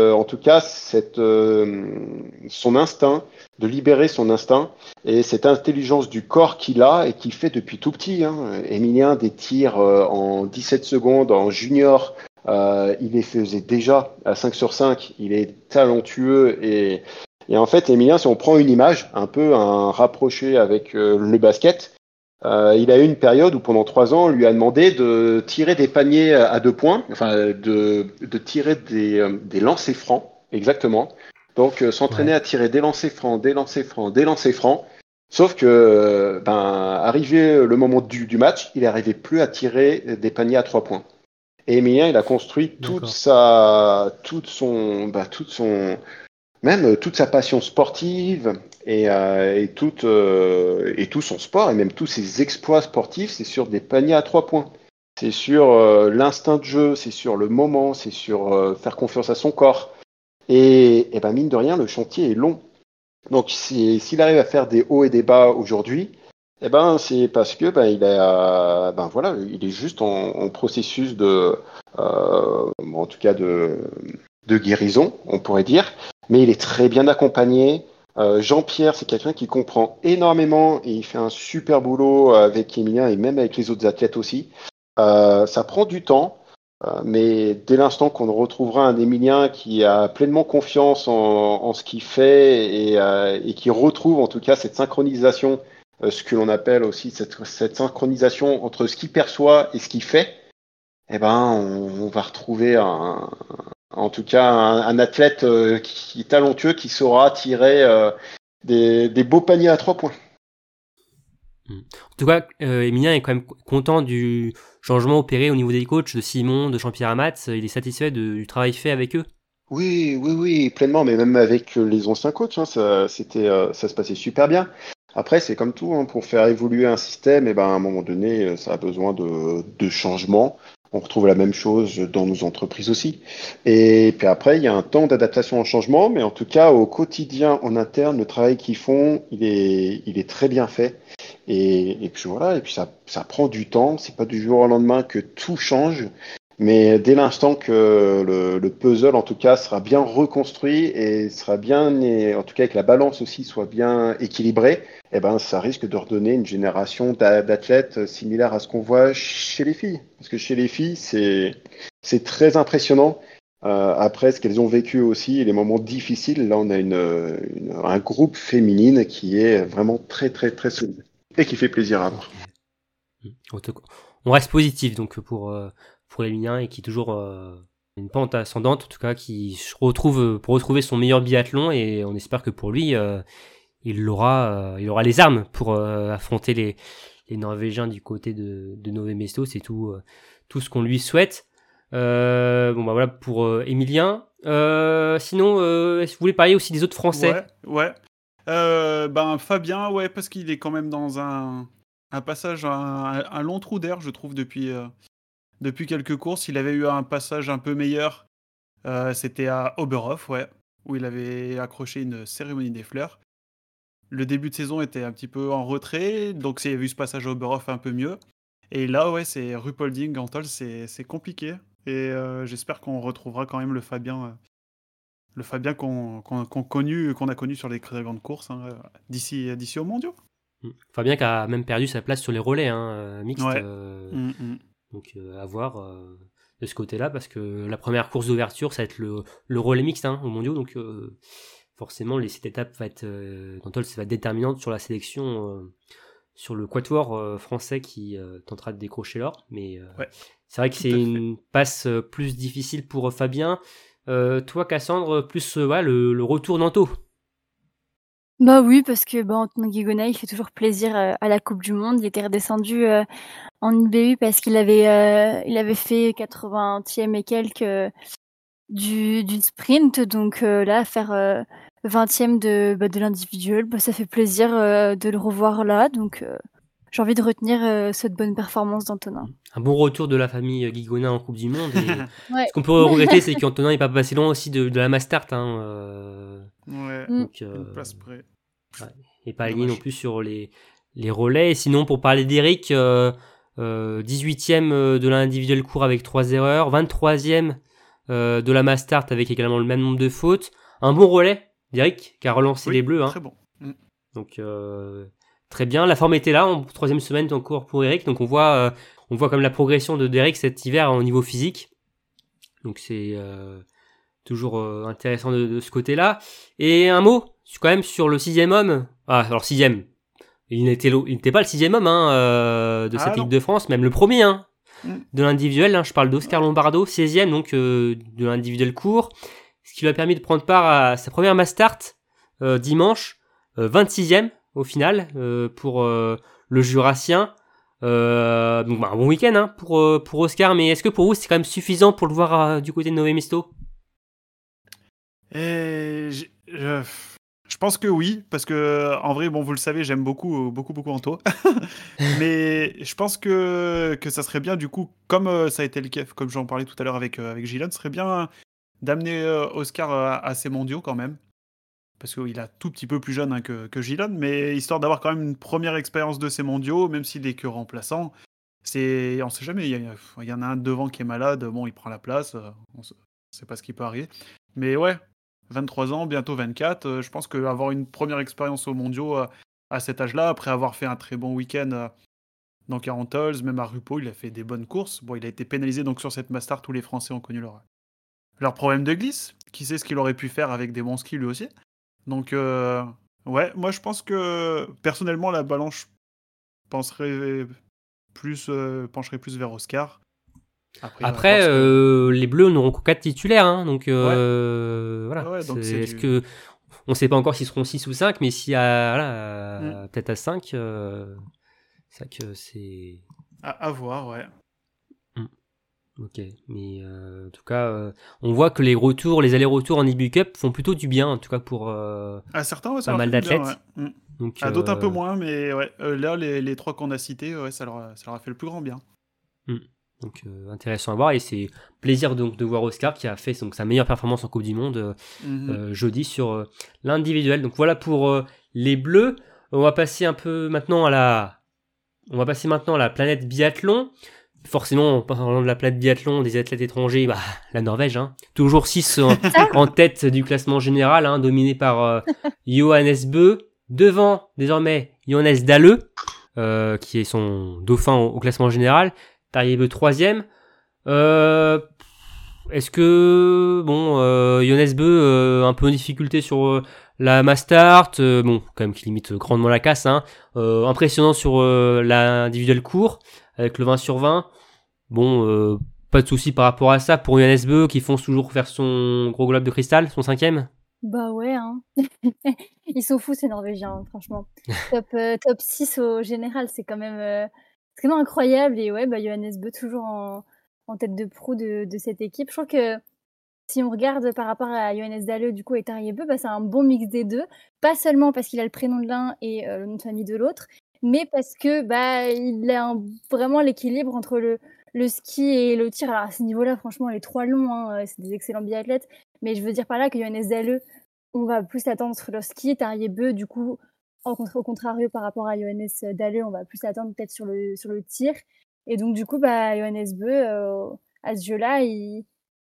son instinct, de libérer son instinct et cette intelligence du corps qu'il a et qu'il fait depuis tout petit. Emilien, des tirs en 17 secondes en junior, il les faisait déjà à 5 sur 5. Il est talentueux et en fait, Emilien, si on prend une image, un peu rapproché avec le basket, il a eu une période où pendant 3 ans, on lui a demandé de tirer des paniers à 2 points, de tirer des lancers francs, exactement. Donc s'entraîner à tirer des lancers francs. Sauf que, arrivé le moment du match, il n'arrivait plus à tirer des paniers à 3 points. Et Emilien, il a construit toute sa passion sportive et tout son sport et même tous ses exploits sportifs, c'est sur des paniers à 3 points. C'est sur l'instinct de jeu, c'est sur le moment, c'est sur faire confiance à son corps. Et mine de rien, le chantier est long. Donc s'il arrive à faire des hauts et des bas aujourd'hui, c'est parce que il est juste en processus en tout cas de guérison, on pourrait dire, mais il est très bien accompagné. Jean-Pierre, c'est quelqu'un qui comprend énormément et il fait un super boulot avec Emilien et même avec les autres athlètes aussi. Ça prend du temps, mais dès l'instant qu'on retrouvera un Emilien qui a pleinement confiance en ce qu'il fait et qui retrouve en tout cas cette synchronisation, ce que l'on appelle aussi cette synchronisation entre ce qu'il perçoit et ce qu'il fait, on va retrouver en tout cas un athlète qui est talentueux, qui saura tirer des beaux paniers à 3 points. En tout cas, Emilien est quand même content du changement opéré au niveau des coachs de Simon, de Jean-Pierre Amatz. Il est satisfait du travail fait avec eux. Oui, pleinement, mais même avec les anciens coachs, ça se passait super bien. Après, c'est comme tout, pour faire évoluer un système, à un moment donné, ça a besoin de changements. On retrouve la même chose dans nos entreprises aussi. Et puis après, il y a un temps d'adaptation au changement, mais en tout cas, au quotidien, en interne, le travail qu'ils font, il est très bien fait. Et puis voilà, et puis ça prend du temps. C'est pas du jour au lendemain que tout change, mais dès l'instant que le puzzle, en tout cas, sera bien reconstruit et sera bien, et en tout cas, que la balance aussi soit bien équilibrée, ça risque de redonner une génération d'athlètes similaire à ce qu'on voit chez les filles. Parce que chez les filles, c'est très impressionnant. Après ce qu'elles ont vécu aussi, les moments difficiles, là, on a un groupe féminine qui est vraiment très, très, très solide et qui fait plaisir à voir. On reste positif donc pour Emilien et qui est toujours une pente ascendante, en tout cas qui retrouve pour retrouver son meilleur biathlon, et on espère que pour lui il aura les armes pour affronter les Norvégiens du côté de Nové Mesto. C'est tout ce qu'on lui souhaite. Voilà pour Emilien. Sinon, est-ce que vous voulez parler aussi des autres Français? Ouais. Fabien, parce qu'il est quand même dans un passage, un long trou d'air, je trouve, depuis quelques courses. Il avait eu un passage un peu meilleur. C'était à Oberhof, où il avait accroché une cérémonie des fleurs. Le début de saison était un petit peu en retrait, donc il y a vu ce passage à Oberhof un peu mieux. Et là, c'est Ruhpolding, Gantol, c'est compliqué. Et j'espère qu'on retrouvera quand même le Fabien qu'on a connu sur les très grandes courses, d'ici aux mondiaux. Fabien qui a même perdu sa place sur les relais mixtes. Donc à voir de ce côté-là, parce que la première course d'ouverture, ça va être le relais mixte aux mondiaux. Donc forcément, cette étape va être déterminante sur la sélection, sur le quatuor français qui tentera de décrocher l'or. Mais c'est vrai que c'est une passe plus difficile pour Fabien. Toi, Cassandre, plus le retour d'Anto. Bah oui, parce que Antonin Guigona, il fait toujours plaisir à la Coupe du Monde. Il était redescendu en IBU parce qu'il avait fait 80e et quelques du sprint. Donc là, faire 20e de l'individuel, ça fait plaisir de le revoir là. Donc j'ai envie de retenir cette bonne performance d'Antonin. Un bon retour de la famille Guigona en Coupe du Monde. Et ce qu'on peut regretter, c'est qu'Antonin n'est pas passé loin aussi de la Mastart. Donc, une place près. Et pas aligné non plus sur les relais. Et sinon, pour parler d'Eric, 18e de l'individuel court avec 3 erreurs, 23e de la Mastart avec également le même nombre de fautes. Un bon relais d'Eric qui a relancé les Bleus. Très bon. Donc très bien. La forme était là en 3e semaine encore pour Eric. Donc on voit comme la progression d'Eric cet hiver au niveau physique. Donc c'est toujours intéressant de ce côté-là. Et un mot quand même sur le 6e homme. Alors 6e. Il n'était pas le 6e homme de cette équipe de France, même le premier de l'individuel. Je parle d'Oscar Lombardo, 16e donc de l'individuel court. Ce qui lui a permis de prendre part à sa première Mastart dimanche, 26e au final pour le Jurassien. Donc un bon week-end hein, pour Oscar, mais est-ce que pour vous c'est quand même suffisant pour le voir du côté de Nové Mesto? Et je pense que oui, parce que en vrai, bon, vous le savez, j'aime beaucoup Anto. Mais je pense que ça serait bien, du coup, comme ça a été le cas, comme j'en parlais tout à l'heure avec Gilles, ce serait bien d'amener Oscar à ces mondiaux quand même. Parce qu'il est un tout petit peu plus jeune hein, que Gilles, mais histoire d'avoir quand même une première expérience de ces mondiaux, même s'il est que remplaçant. On sait jamais, il y en a un devant qui est malade, bon, il prend la place, on sait pas ce qui peut arriver. Mais ouais, 23 ans, bientôt 24, je pense qu'avoir une première expérience aux mondiaux à cet âge-là, après avoir fait un très bon week-end dans 40 holes, même à Rupo, il a fait des bonnes courses. Bon, il a été pénalisé donc sur cette Mastart, tous les Français ont connu leur problème de glisse. Qui sait ce qu'il aurait pu faire avec des bons skis lui aussi. Donc, ouais, moi je pense que personnellement, la balance pencherait plus vers Oscar. Après, les Bleus n'auront que 4 titulaires, hein, donc voilà. Ouais, donc Est-ce que on ne sait pas encore s'ils seront 6 ou 5, mais s'il y a peut-être à 5, c'est vrai que c'est à voir, ouais. Ok, mais en tout cas, on voit que les allers-retours en IBU Cup font plutôt du bien, en tout cas pour certains, ouais, ça pas mal d'athlètes. Bien, ouais. Donc, d'autres un peu moins, mais ouais, là, les 3 qu'on a cités, ouais, ça leur a fait le plus grand bien. Donc intéressant à voir, et c'est plaisir donc de voir Oscar qui a fait donc sa meilleure performance en Coupe du Monde jeudi sur l'individuel. Donc voilà pour les Bleus. On va passer maintenant à la planète biathlon. Forcément, en parlant de la planète biathlon, des athlètes étrangers, la Norvège, hein. Toujours 6 en tête du classement général, hein, dominé par Johannes Bø, devant désormais Johannes Dahle, qui est son dauphin au classement général. Tarjei Bø 3e. Est-ce que Johannes Bø un peu en difficulté sur la Mastart, quand même qui limite grandement la casse, hein. Impressionnant sur l'individuel court avec le 20 sur 20. Pas de souci par rapport à ça pour Johannes Bø qui fonce toujours faire son gros globe de cristal, son 5e. Bah ouais, hein. Ils sont fous ces Norvégiens, hein, franchement. Top 6 au général, c'est quand même incroyable. Et ouais, Johannes Bø toujours en tête de proue de cette équipe. Je trouve que si on regarde par rapport à Johannes Dahle du coup et Tarjei Bø, c'est un bon mix des deux. Pas seulement parce qu'il a le prénom de l'un et le nom de famille de l'autre, mais parce que il a vraiment l'équilibre entre le ski et le tir. Alors à ce niveau-là, franchement, les 3 longs, hein, c'est des excellents biathlètes. Mais je veux dire par là que Johannes Dahle, on va plus l'attendre sur le ski. Tarjei Bø, du coup, au contrario par rapport à Johannes Dahle, on va plus l'attendre peut-être sur le tir. Et donc du coup, Johannes Bø, à ce jeu-là, il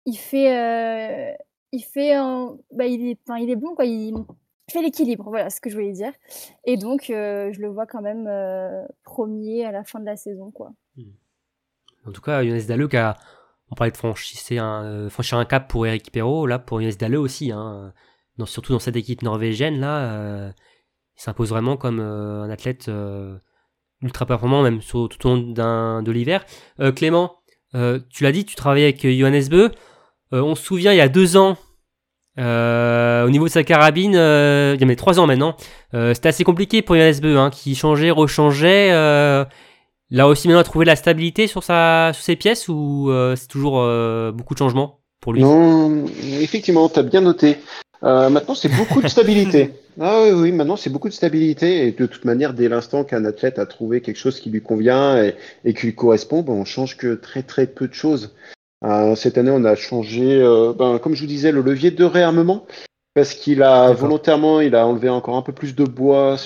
est bon, quoi. Il fait l'équilibre, voilà ce que je voulais dire. Et donc, je le vois quand même premier à la fin de la saison, quoi. En tout cas, Johannes Dahle on parlait de franchir un cap pour Eric Perrault, là pour Johannes Dahle aussi, hein. Surtout dans cette équipe norvégienne là, il s'impose vraiment comme un athlète ultra performant même tout au long de l'hiver. Clément, tu l'as dit, tu travaillais avec Johannes Bø. On se souvient il y a 2 ans, au niveau de sa carabine, il y a 3 ans maintenant, c'était assez compliqué pour Johannes Bø, hein, qui changeait, rechangeait. Là aussi maintenant à trouver la stabilité sur ses pièces, ou c'est toujours beaucoup de changements pour lui? Non, effectivement, tu as bien noté. Maintenant, c'est beaucoup de stabilité. Ah oui, maintenant, c'est beaucoup de stabilité. Et de toute manière, dès l'instant qu'un athlète a trouvé quelque chose qui lui convient et qui lui correspond, on change que très très peu de choses. Cette année, on a changé, comme je vous disais, le levier de réarmement, parce qu'il a volontairement, il a enlevé encore un peu plus de bois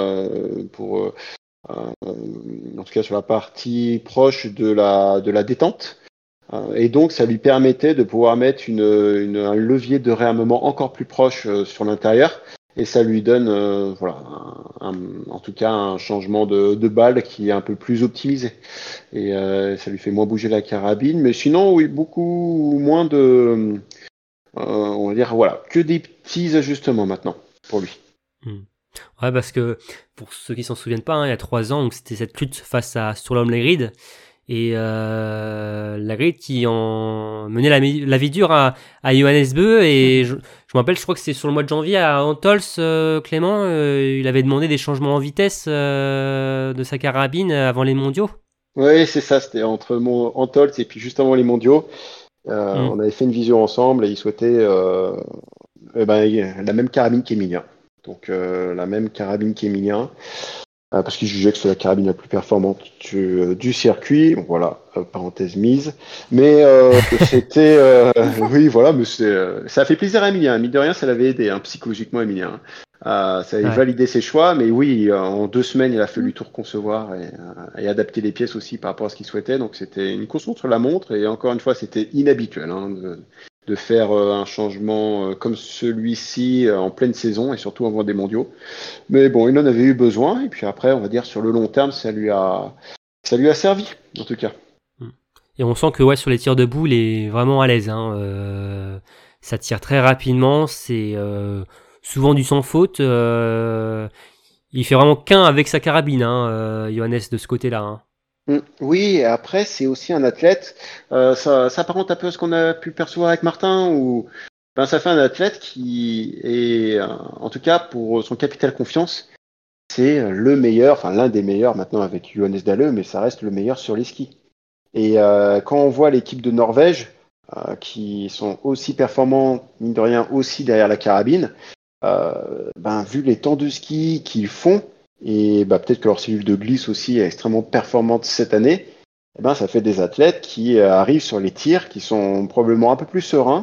en tout cas sur la partie proche de la détente. Et donc, ça lui permettait de pouvoir mettre un levier de réarmement encore plus proche sur l'intérieur. Et ça lui donne, en tout cas, un changement de balle qui est un peu plus optimisé. Et ça lui fait moins bouger la carabine. Mais sinon, oui, beaucoup moins de... on va dire, que des petits ajustements maintenant pour lui. Ouais, parce que pour ceux qui s'en souviennent pas, il y a 3 ans, donc c'était cette lutte face à Sturla Olmegrid. Et la grid qui en menait la vie dure à Johannes Beu. Et je me rappelle, je crois que c'est sur le mois de janvier à Antols, Clément, il avait demandé des changements en vitesse de sa carabine avant les mondiaux. Oui, c'est ça, c'était entre Antols et puis juste avant les mondiaux. Mm. On avait fait une visio ensemble et il souhaitait la même carabine qu'Emilien. Donc la même carabine qu'Emilien. Parce qu'il jugeait que c'était la carabine la plus performante du circuit. Bon, voilà, parenthèse mise. Mais c'était... oui, voilà, mais ça a fait plaisir à Emilien. Mine de rien, ça l'avait aidé psychologiquement, Emilien. Ça avait Ouais. validé ses choix, mais oui, en 2 semaines, il a fallu tout reconcevoir et adapter les pièces aussi par rapport à ce qu'il souhaitait. Donc c'était une course contre la montre, et encore une fois, c'était inhabituel de faire un changement comme celui-ci en pleine saison, et surtout avant des mondiaux. Mais bon, il en avait eu besoin, et puis après, on va dire, sur le long terme, ça lui a servi, en tout cas. Et on sent que ouais, sur les tirs debout, il est vraiment à l'aise. Ça tire très rapidement, c'est souvent du sans faute. Il fait vraiment qu'un avec sa carabine, Johannes, de ce côté-là. Hein. Oui, et après, c'est aussi un athlète, ça s'apparente un peu à ce qu'on a pu percevoir avec Martin, où ça fait un athlète qui est, en tout cas pour son capital confiance, c'est le meilleur, enfin l'un des meilleurs maintenant avec Johannes Dalle, mais ça reste le meilleur sur les skis. Et quand on voit l'équipe de Norvège, qui sont aussi performants, mine de rien, aussi derrière la carabine, vu les temps de ski qu'ils font, et peut-être que leur cellule de glisse aussi est extrêmement performante cette année, ça fait des athlètes qui arrivent sur les tirs, qui sont probablement un peu plus sereins,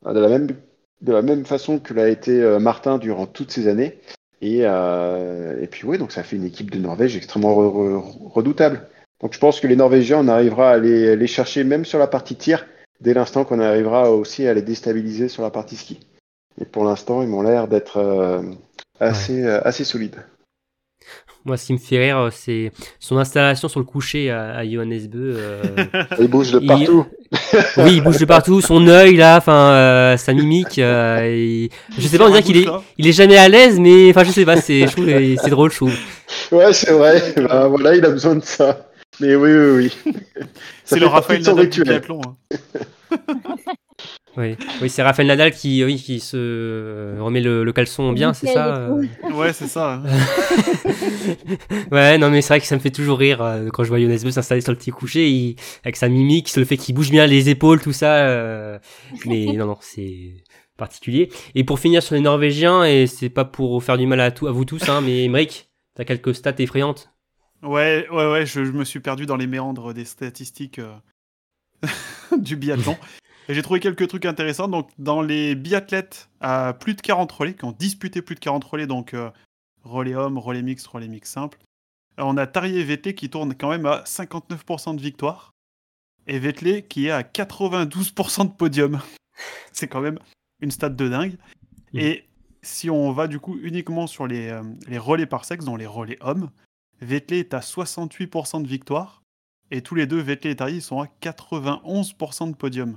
de la même façon que l'a été Martin durant toutes ces années. Et puis oui, donc ça fait une équipe de Norvège extrêmement redoutable. Donc je pense que les Norvégiens, on arrivera à les chercher même sur la partie tir, dès l'instant qu'on arrivera aussi à les déstabiliser sur la partie ski. Et pour l'instant, ils m'ont l'air d'être assez solides. Moi, ce qui me fait rire, c'est son installation sur le coucher à Johannes Beu. Il bouge de partout. Oui, il bouge de partout. Son œil, là, sa mimique. Je sais pas, on dirait qu'il est jamais à l'aise, mais enfin, je sais pas, je trouve que c'est drôle, je trouve. Ouais, c'est vrai. Voilà, il a besoin de ça. Mais oui. C'est le Raphaël Nadal du biathlon. Oui, c'est Raphaël Nadal qui se remet le caleçon bien, c'est ça Ouais, c'est ça. Ouais, non, mais c'est vrai que ça me fait toujours rire quand je vois Johannes Beu s'installer sur le petit coucher, avec sa mimique, sur le fait qu'il bouge bien les épaules, tout ça. Mais non, c'est particulier. Et pour finir sur les Norvégiens, et c'est pas pour faire du mal à vous tous, mais Emmerich, t'as quelques stats effrayantes. Ouais, je me suis perdu dans les méandres des statistiques du biathlon. Et j'ai trouvé quelques trucs intéressants. Donc, dans les biathlètes à plus de 40 relais, qui ont disputé plus de 40 relais, donc relais homme, relais mixte simple, on a Tarjei Vetle qui tourne quand même à 59% de victoire. Et Vetle qui est à 92% de podium. C'est quand même une stat de dingue. Et si on va du coup uniquement sur les relais par sexe, dans les relais hommes, Vetle est à 68% de victoire. Et tous les deux, Vetle et Tarjei, sont à 91% de podium.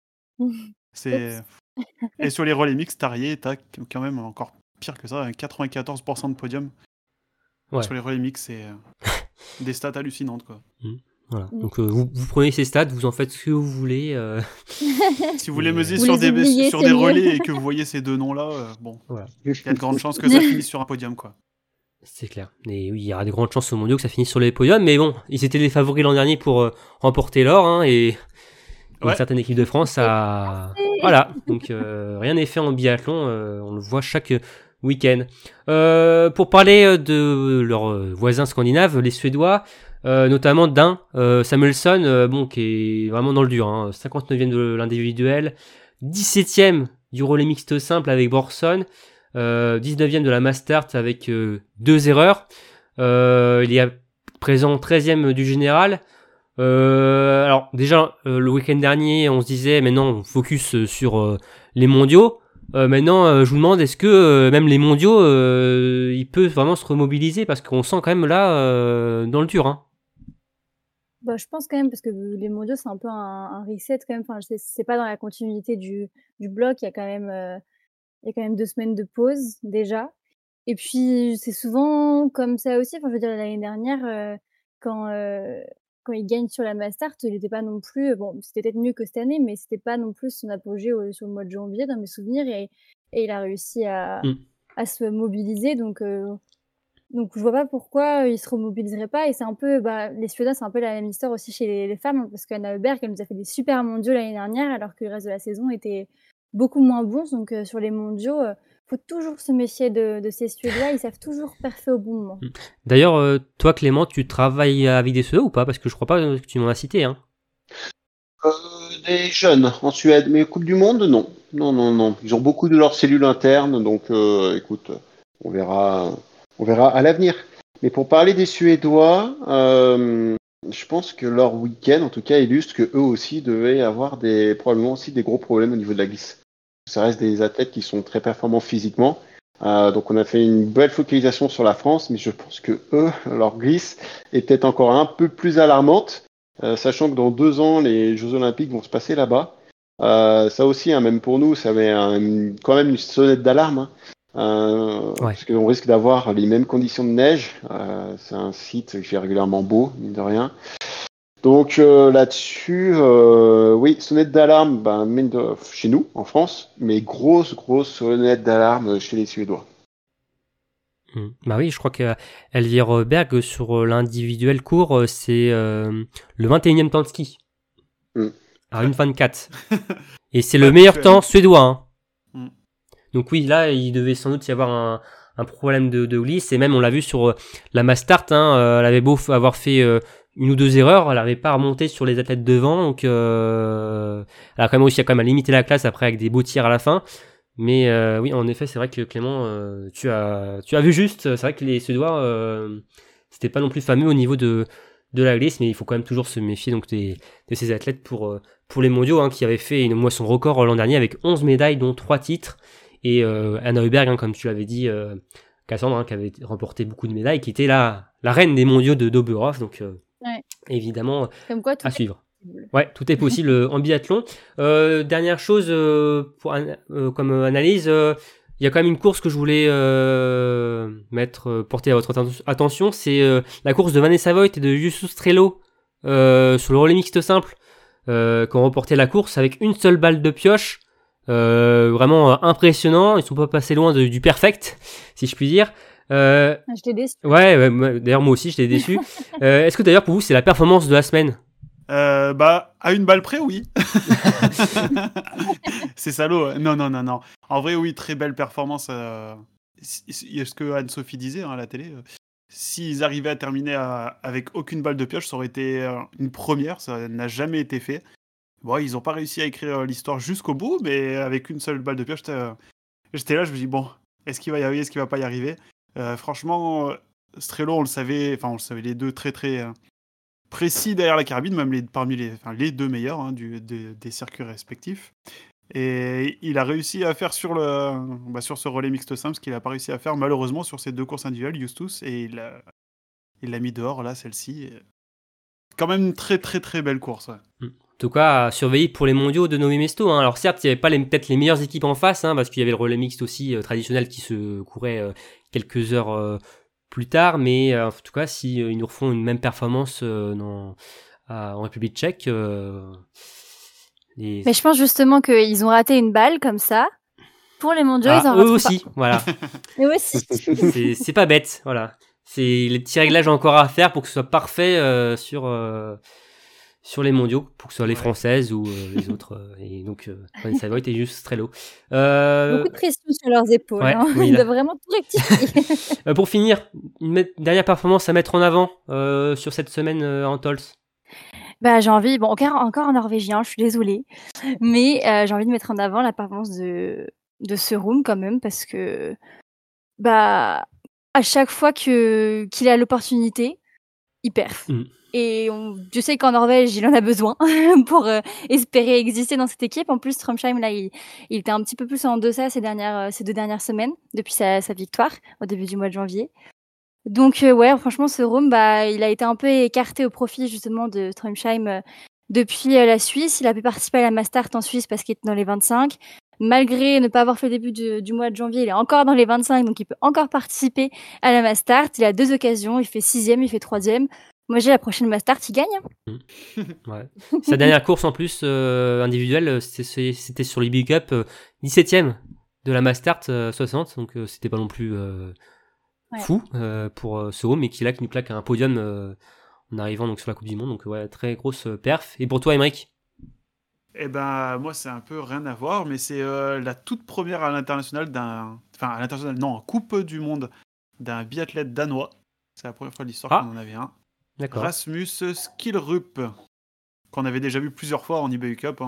Et sur les relais mixtes, Tarjei est à quand même encore pire que ça, 94% de podium. Ouais. Sur les relais mixtes, c'est des stats hallucinantes, quoi. Voilà. Donc vous prenez ces stats, vous en faites ce que vous voulez. Si vous voulez mesurer sur des relais et que vous voyez ces deux noms-là, voilà. Il y a de grandes chances que ça finisse sur un podium, quoi. C'est clair. Et oui, il y aura de grandes chances au mondiaux que ça finisse sur les podiums, mais bon, ils étaient les favoris l'an dernier pour remporter l'or, et une certaine équipe de France a... Voilà, donc rien n'est fait en biathlon, on le voit chaque week-end. Pour parler de leurs voisins scandinaves, les Suédois, notamment d'un Samuelsson, qui est vraiment dans le dur, 59e de l'individuel, 17e du relais mixte simple avec Borsson, 19e de la Mastart avec 2 erreurs, il est à présent 13e du général. Alors déjà le week-end dernier on se disait maintenant on focus sur les mondiaux. Maintenant je vous demande, est-ce que même les mondiaux il peut vraiment se remobiliser, parce qu'on sent quand même là dans le dur, je pense quand même, parce que les mondiaux c'est un peu un reset quand même, enfin c'est pas dans la continuité du bloc, il y a quand même 2 semaines de pause déjà, et puis c'est souvent comme ça aussi, enfin je veux dire l'année dernière quand quand il gagne sur la Mastart, il n'était pas non plus. Bon, c'était peut-être mieux que cette année, mais c'était pas non plus son apogée sur le mois de janvier, dans mes souvenirs. Et il a réussi à se mobiliser. Donc, je vois pas pourquoi il se remobiliserait pas. Et c'est un peu. Les Suédois, c'est un peu la même histoire aussi chez les femmes, parce qu'Anna Öberg, elle nous a fait des super mondiaux l'année dernière, alors que le reste de la saison était beaucoup moins bon. Donc, sur les mondiaux. Faut toujours se méfier de ces Suédois, ils savent toujours parfait au bon moment. D'ailleurs, toi Clément, tu travailles avec des Suédois ou pas? Parce que je crois pas que tu m'en as cité. Hein. Des jeunes en Suède, mais Coupe du Monde, non. Non. Ils ont beaucoup de leurs cellules internes, donc écoute, on verra à l'avenir. Mais pour parler des Suédois, je pense que leur week-end, en tout cas, illustre que eux aussi devaient avoir probablement aussi des gros problèmes au niveau de la glisse. Ça reste des athlètes qui sont très performants physiquement. Donc on a fait une belle focalisation sur la France, mais je pense que eux, leur glisse est peut-être encore un peu plus alarmante, sachant que dans 2 ans, les Jeux Olympiques vont se passer là-bas. Ça aussi, hein, même pour nous, ça met quand même une sonnette d'alarme. Parce qu'on risque d'avoir les mêmes conditions de neige. C'est un site qui est régulièrement beau, mine de rien. Donc là-dessus, oui, sonnette d'alarme chez nous, en France, mais grosse sonnette d'alarme chez les Suédois. Bah oui, je crois qu'Elvire Berg, sur l'individuel court, c'est le 21e temps de ski. À 1,24. Et c'est le meilleur temps suédois. Hein. Donc oui, là, il devait sans doute y avoir un problème de glisse. Et même, on l'a vu sur la Mastart, elle avait beau avoir fait... une ou 2 erreurs, elle n'arrivait pas à remonter sur les athlètes devant, donc elle a quand même réussi à limiter la classe après avec des beaux tirs à la fin. Mais oui, en effet, c'est vrai que Clément, tu as vu juste. C'est vrai que les Suédois, c'était pas non plus fameux au niveau de la glisse, mais il faut quand même toujours se méfier donc de ces athlètes pour les mondiaux, hein, qui avaient fait une moisson record l'an dernier avec 11 médailles, dont 3 titres. Et Anna Öberg, comme tu l'avais dit, Cassandre, qui avait remporté beaucoup de médailles, qui était la reine des mondiaux de Doberhof, donc évidemment comme quoi, à suivre. Ouais, tout est possible en biathlon. Dernière chose comme analyse, il y a quand même une course que je voulais porter à votre attention, c'est la course de Vanessa Voigt et de Justus Strelo sur le relais mixte simple, qui ont remporté la course avec une seule balle de pioche. Vraiment impressionnant, ils sont pas passés loin du perfect, si je puis dire. Je t'ai déçu. Ouais, d'ailleurs moi aussi je t'ai déçu. Est-ce que d'ailleurs pour vous c'est la performance de la semaine? À une balle près, oui. C'est salaud. Non. En vrai, oui, très belle performance. Ce que Anne-Sophie disait à la télé. S'ils arrivaient à terminer avec aucune balle de pioche, ça aurait été une première. Ça n'a jamais été fait. Bon, ils n'ont pas réussi à écrire l'histoire jusqu'au bout, mais avec une seule balle de pioche, j'étais là, je me dis, bon, est-ce qu'il va y arriver, est-ce qu'il va pas y arriver? Franchement, Strelo, on le savait les deux très très précis derrière la carabine, même parmi les deux meilleurs des circuits respectifs. Et il a réussi à faire sur ce relais mixte simple ce qu'il n'a pas réussi à faire malheureusement sur ces 2 courses individuelles, Justus, et il l'a mis dehors là, celle-ci. Quand même une très très très belle course. Ouais. En tout cas, à surveiller pour les mondiaux de Novi Mesto. Hein. Alors certes, il n'y avait pas peut-être les meilleures équipes en face, parce qu'il y avait le relais mixte aussi traditionnel qui se courait quelques heures plus tard, mais en tout cas, si ils nous refont une même performance en République tchèque... Mais je pense justement qu'ils ont raté une balle comme ça. Pour les mondiaux, ils en ratent eux aussi, pas. Voilà. Eux aussi. C'est pas bête, voilà. C'est les petits réglages encore à faire pour que ce soit parfait sur les mondiaux, pour que ce soit les Françaises ou les autres. Et donc, Vanessa Voigt et Justus Strelo. Beaucoup de pression sur leurs épaules. Ouais, Ils doivent vraiment tout rectifier. Pour finir, une dernière performance à mettre en avant sur cette semaine en Tols. J'ai envie, encore en norvégien, je suis désolée, mais j'ai envie de mettre en avant la performance de Sørum quand même, parce que à chaque fois qu'il a l'opportunité, il perf. Et je sais qu'en Norvège, il en a besoin pour espérer exister dans cette équipe. En plus, Tromsheim, là, il était un petit peu plus en deçà ces 2 dernières semaines, depuis sa victoire au début du mois de janvier. Donc franchement, Sørum, il a été un peu écarté au profit justement de Tromsheim depuis la Suisse. Il a pu participer à la Mastart en Suisse parce qu'il était dans les 25. Malgré ne pas avoir fait le début du mois de janvier, il est encore dans les 25, donc il peut encore participer à la Mastart. Il a 2 occasions, il fait 6e, il fait 3e. Moi, j'ai la prochaine Mastart, il gagne. Ouais. Sa dernière course en plus individuelle, c'était sur l'IB Cup, 17ème de la Mastart 60, donc c'était pas non plus fou pour Soho, mais qui nous claque un podium en arrivant donc sur la Coupe du Monde, donc ouais, très grosse perf. Et pour toi, Aymeric? Eh ben, moi, c'est un peu rien à voir, mais c'est la toute première à l'international en Coupe du Monde d'un biathlète danois. C'est la première fois de l'histoire qu'on en avait un. D'accord. Rasmus Skilrup, qu'on avait déjà vu plusieurs fois en IBU Cup.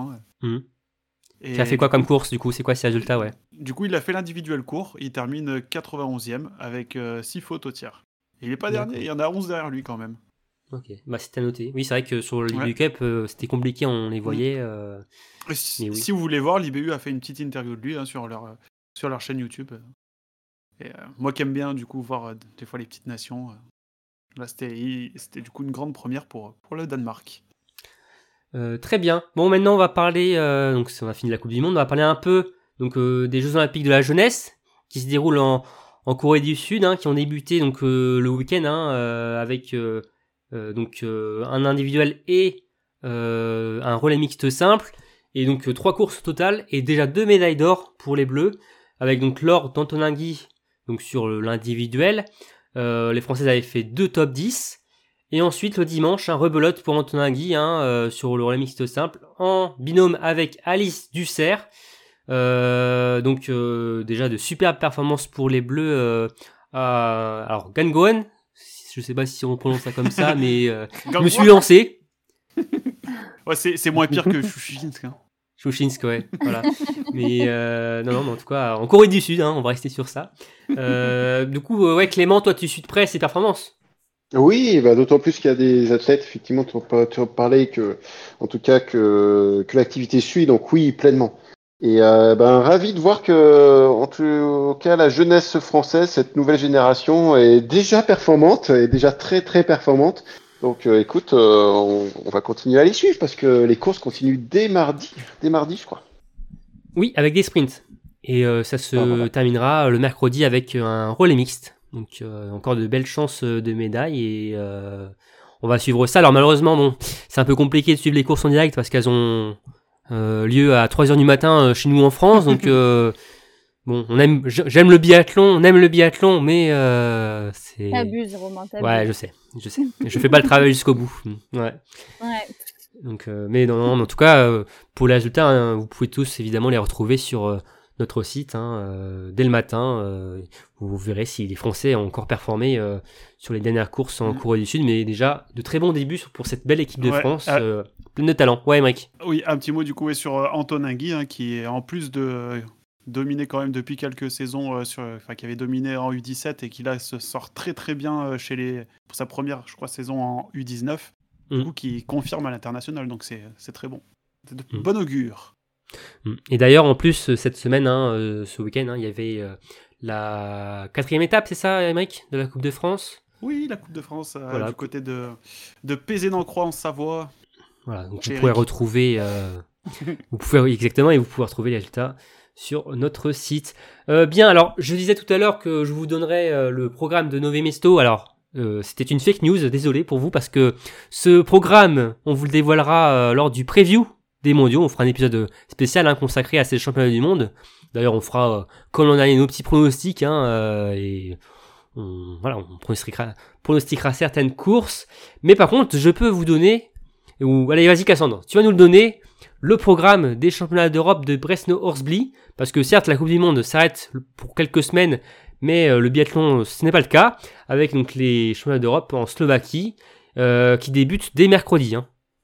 Et qui a fait quoi comme course, du coup? C'est quoi ses résultats, ouais? Du coup, il a fait l'individuel court. Il termine 91e avec 6 fautes au tiers. Et il est pas dernier, il y en a 11 derrière lui quand même. Ok, c'est à noter. Oui, c'est vrai que sur l'IBU Cup, c'était compliqué, on les voyait. Si vous voulez voir, l'IBU a fait une petite interview de lui sur leur chaîne YouTube. Et moi qui aime bien du coup voir des fois les petites nations, là c'était du coup une grande première pour le Danemark. Très bien. Bon, maintenant on va parler, donc on a fini la Coupe du Monde, on va parler un peu donc des Jeux Olympiques de la jeunesse qui se déroulent en Corée du Sud, qui ont débuté donc le week-end avec un individuel et un relais mixte simple, et donc 3 courses au total et déjà 2 médailles d'or pour les Bleus, avec donc l'or d'Antonin Guy donc sur l'individuel. Les Françaises avaient fait 2 top 10. Et ensuite, le dimanche, un rebelote pour Antonin Guy sur le relais mixte simple, en binôme avec Alice Dussert. Donc déjà de superbes performances pour les Bleus. Alors, Gangoen, je sais pas si on prononce ça comme ça, mais je me suis lancé. Ouais, c'est moins pire que Chouchinsk. Chouchinsk, ouais, voilà. Mais non, mais en tout cas, en Corée du Sud, on va rester sur ça. Du coup, Clément, toi, tu suis de près ces performances? Oui, d'autant plus qu'il y a des athlètes, effectivement, tu en parlais, en tout cas, que l'activité suit, donc oui, pleinement. Et ravi de voir que, en tout cas, la jeunesse française, cette nouvelle génération, est déjà performante, est déjà très très performante. Donc, écoute, on va continuer à les suivre parce que les courses continuent dès mardi, je crois. Oui, avec des sprints. Et ça se terminera le mercredi avec un relais mixte. Donc encore de belles chances de médailles, et on va suivre ça. Alors malheureusement, c'est un peu compliqué de suivre les courses en direct parce qu'elles ont lieu à 3h du matin chez nous en France. Donc j'aime le biathlon, on aime le biathlon, mais c'est... T'abuses, Romain, t'abuses. Ouais, je sais. Je fais pas le travail jusqu'au bout. Ouais. Donc, mais non, en tout cas, pour les résultats, vous pouvez tous évidemment les retrouver sur notre site dès le matin. Vous verrez si les Français ont encore performé sur les dernières courses en Corée du Sud, mais déjà de très bons débuts pour cette belle équipe de France, pleine de talent. Ouais, Aymeric. Oui, un petit mot du coup sur Antonin Guy, qui est en plus de dominé quand même depuis quelques saisons, qui avait dominé en U17 et qui là se sort très très bien pour sa première, je crois, saison en U19, du coup, qui confirme à l'international, donc c'est très bon. C'est de bon augure. Et d'ailleurs, en plus, cette semaine, ce week-end, il y avait la 4e étape, c'est ça, Aymeric, de la Coupe de France? Oui, la Coupe de France, du côté de Pézé-Nancroix en Savoie. Voilà, donc vous pouvez retrouver... exactement, et vous pouvez retrouver les résultats sur notre site. Bien, alors, je disais tout à l'heure que je vous donnerais le programme de Nové Mesto. Alors, c'était une fake news, désolé pour vous, parce que ce programme, on vous le dévoilera lors du preview des mondiaux. On fera un épisode spécial consacré à ces championnats du monde. D'ailleurs, on fera, comme on a nos petits pronostics, et on pronostiquera certaines courses. Mais par contre, je peux vous donner, allez, vas-y Cassandre, tu vas nous le donner, le programme des championnats d'Europe de Bresno-Horsbly, parce que certes, la Coupe du Monde s'arrête pour quelques semaines, mais le biathlon, ce n'est pas le cas, avec donc les championnats d'Europe en Slovaquie, qui débutent dès mercredi.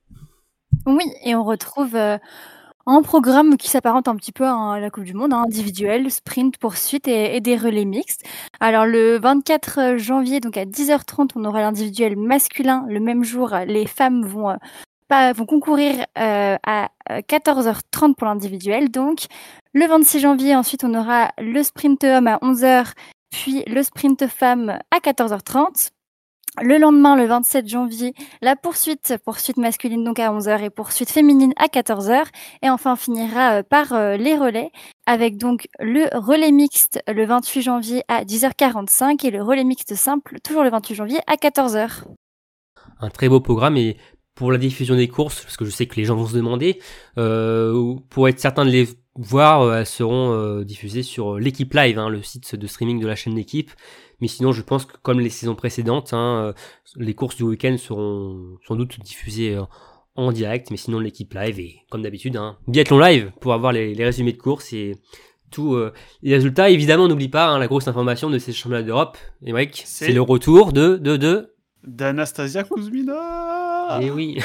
Oui, et on retrouve un programme qui s'apparente un petit peu à la Coupe du Monde, individuel, sprint, poursuite et des relais mixtes. Alors le 24 janvier, donc à 10h30, on aura l'individuel masculin. Le même jour, les femmes vont concourir à 14h30 pour l'individuel. Donc le 26 janvier, ensuite, on aura le sprint homme à 11h, puis le sprint femme à 14h30. Le lendemain, le 27 janvier, la poursuite masculine donc à 11h et poursuite féminine à 14h. Et enfin, on finira par les relais avec donc le relais mixte le 28 janvier à 10h45 et le relais mixte simple toujours le 28 janvier à 14h. un très beau programme et pour la diffusion des courses, parce que je sais que les gens vont se demander, pour être certain de les voir, elles seront diffusées sur l'équipe live, le site de streaming de la chaîne L'équipe. Mais sinon, je pense que comme les saisons précédentes, les courses du week-end seront sans doute diffusées en direct, mais sinon l'équipe live et comme d'habitude, biathlon live pour avoir les résumés de courses et tous les résultats. Évidemment, on n'oublie pas la grosse information de ces championnats d'Europe, Émeric, c'est le retour d'Anastasia Kuzmina. Et oui,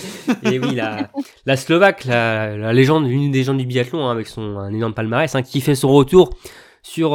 la Slovaque, la légende, l'une des légendes du biathlon, avec un énorme palmarès, qui fait son retour sur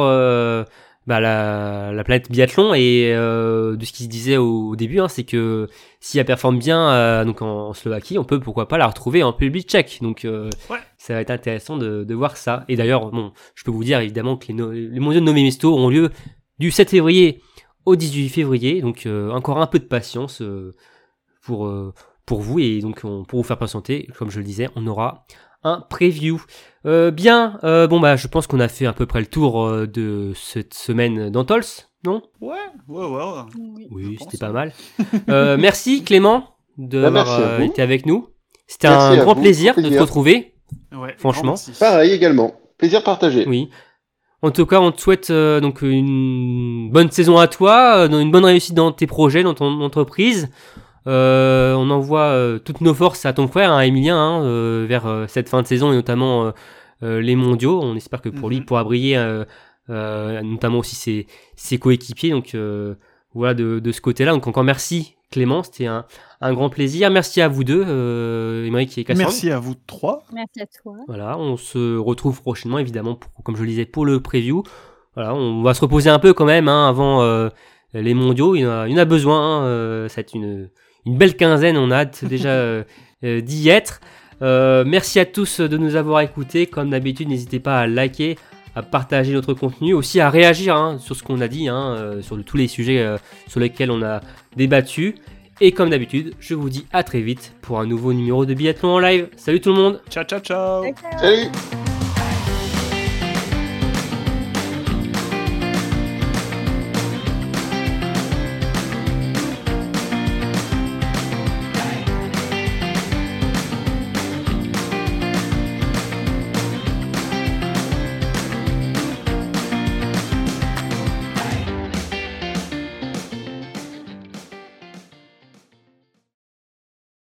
la planète biathlon et de ce qui se disait au début, c'est que si elle performe bien donc en Slovaquie, on peut pourquoi pas la retrouver en République tchèque. Donc ça va être intéressant de voir ça. Et d'ailleurs, je peux vous dire évidemment que les mondiaux de Nové Mesto auront lieu du 7 février au 18 février. Donc encore un peu de patience pour vous et donc pour vous faire patienter. Comme je le disais, on aura un preview. Je pense qu'on a fait à peu près le tour de cette semaine d'Antols, non ? Ouais. Oui, c'était pas mal. Merci Clément d'avoir été avec nous. C'était un grand plaisir de te retrouver. Ouais, franchement. Pareil également. Plaisir partagé. Oui. En tout cas, on te souhaite donc une bonne saison à toi, une bonne réussite dans tes projets, dans ton entreprise. On envoie toutes nos forces à ton frère, Emilien, vers cette fin de saison et notamment les mondiaux. On espère que pour lui, il pourra briller, notamment aussi ses coéquipiers. Donc voilà, de ce côté-là. Donc encore merci Clément, c'était un grand plaisir. Merci à vous deux, Émeric et Cassandre. Merci à vous trois. Merci à toi. Voilà, on se retrouve prochainement, évidemment, comme je le disais, pour le preview. Voilà, on va se reposer un peu quand même avant les mondiaux. Il y en a besoin. Ça va être une belle quinzaine, on a hâte déjà d'y être. Merci à tous de nous avoir écoutés. Comme d'habitude, n'hésitez pas à liker, à partager notre contenu, aussi à réagir sur ce qu'on a dit, sur tous les sujets sur lesquels on a débattu. Et comme d'habitude, je vous dis à très vite pour un nouveau numéro de Biathlon en live. Salut tout le monde. Ciao. Salut.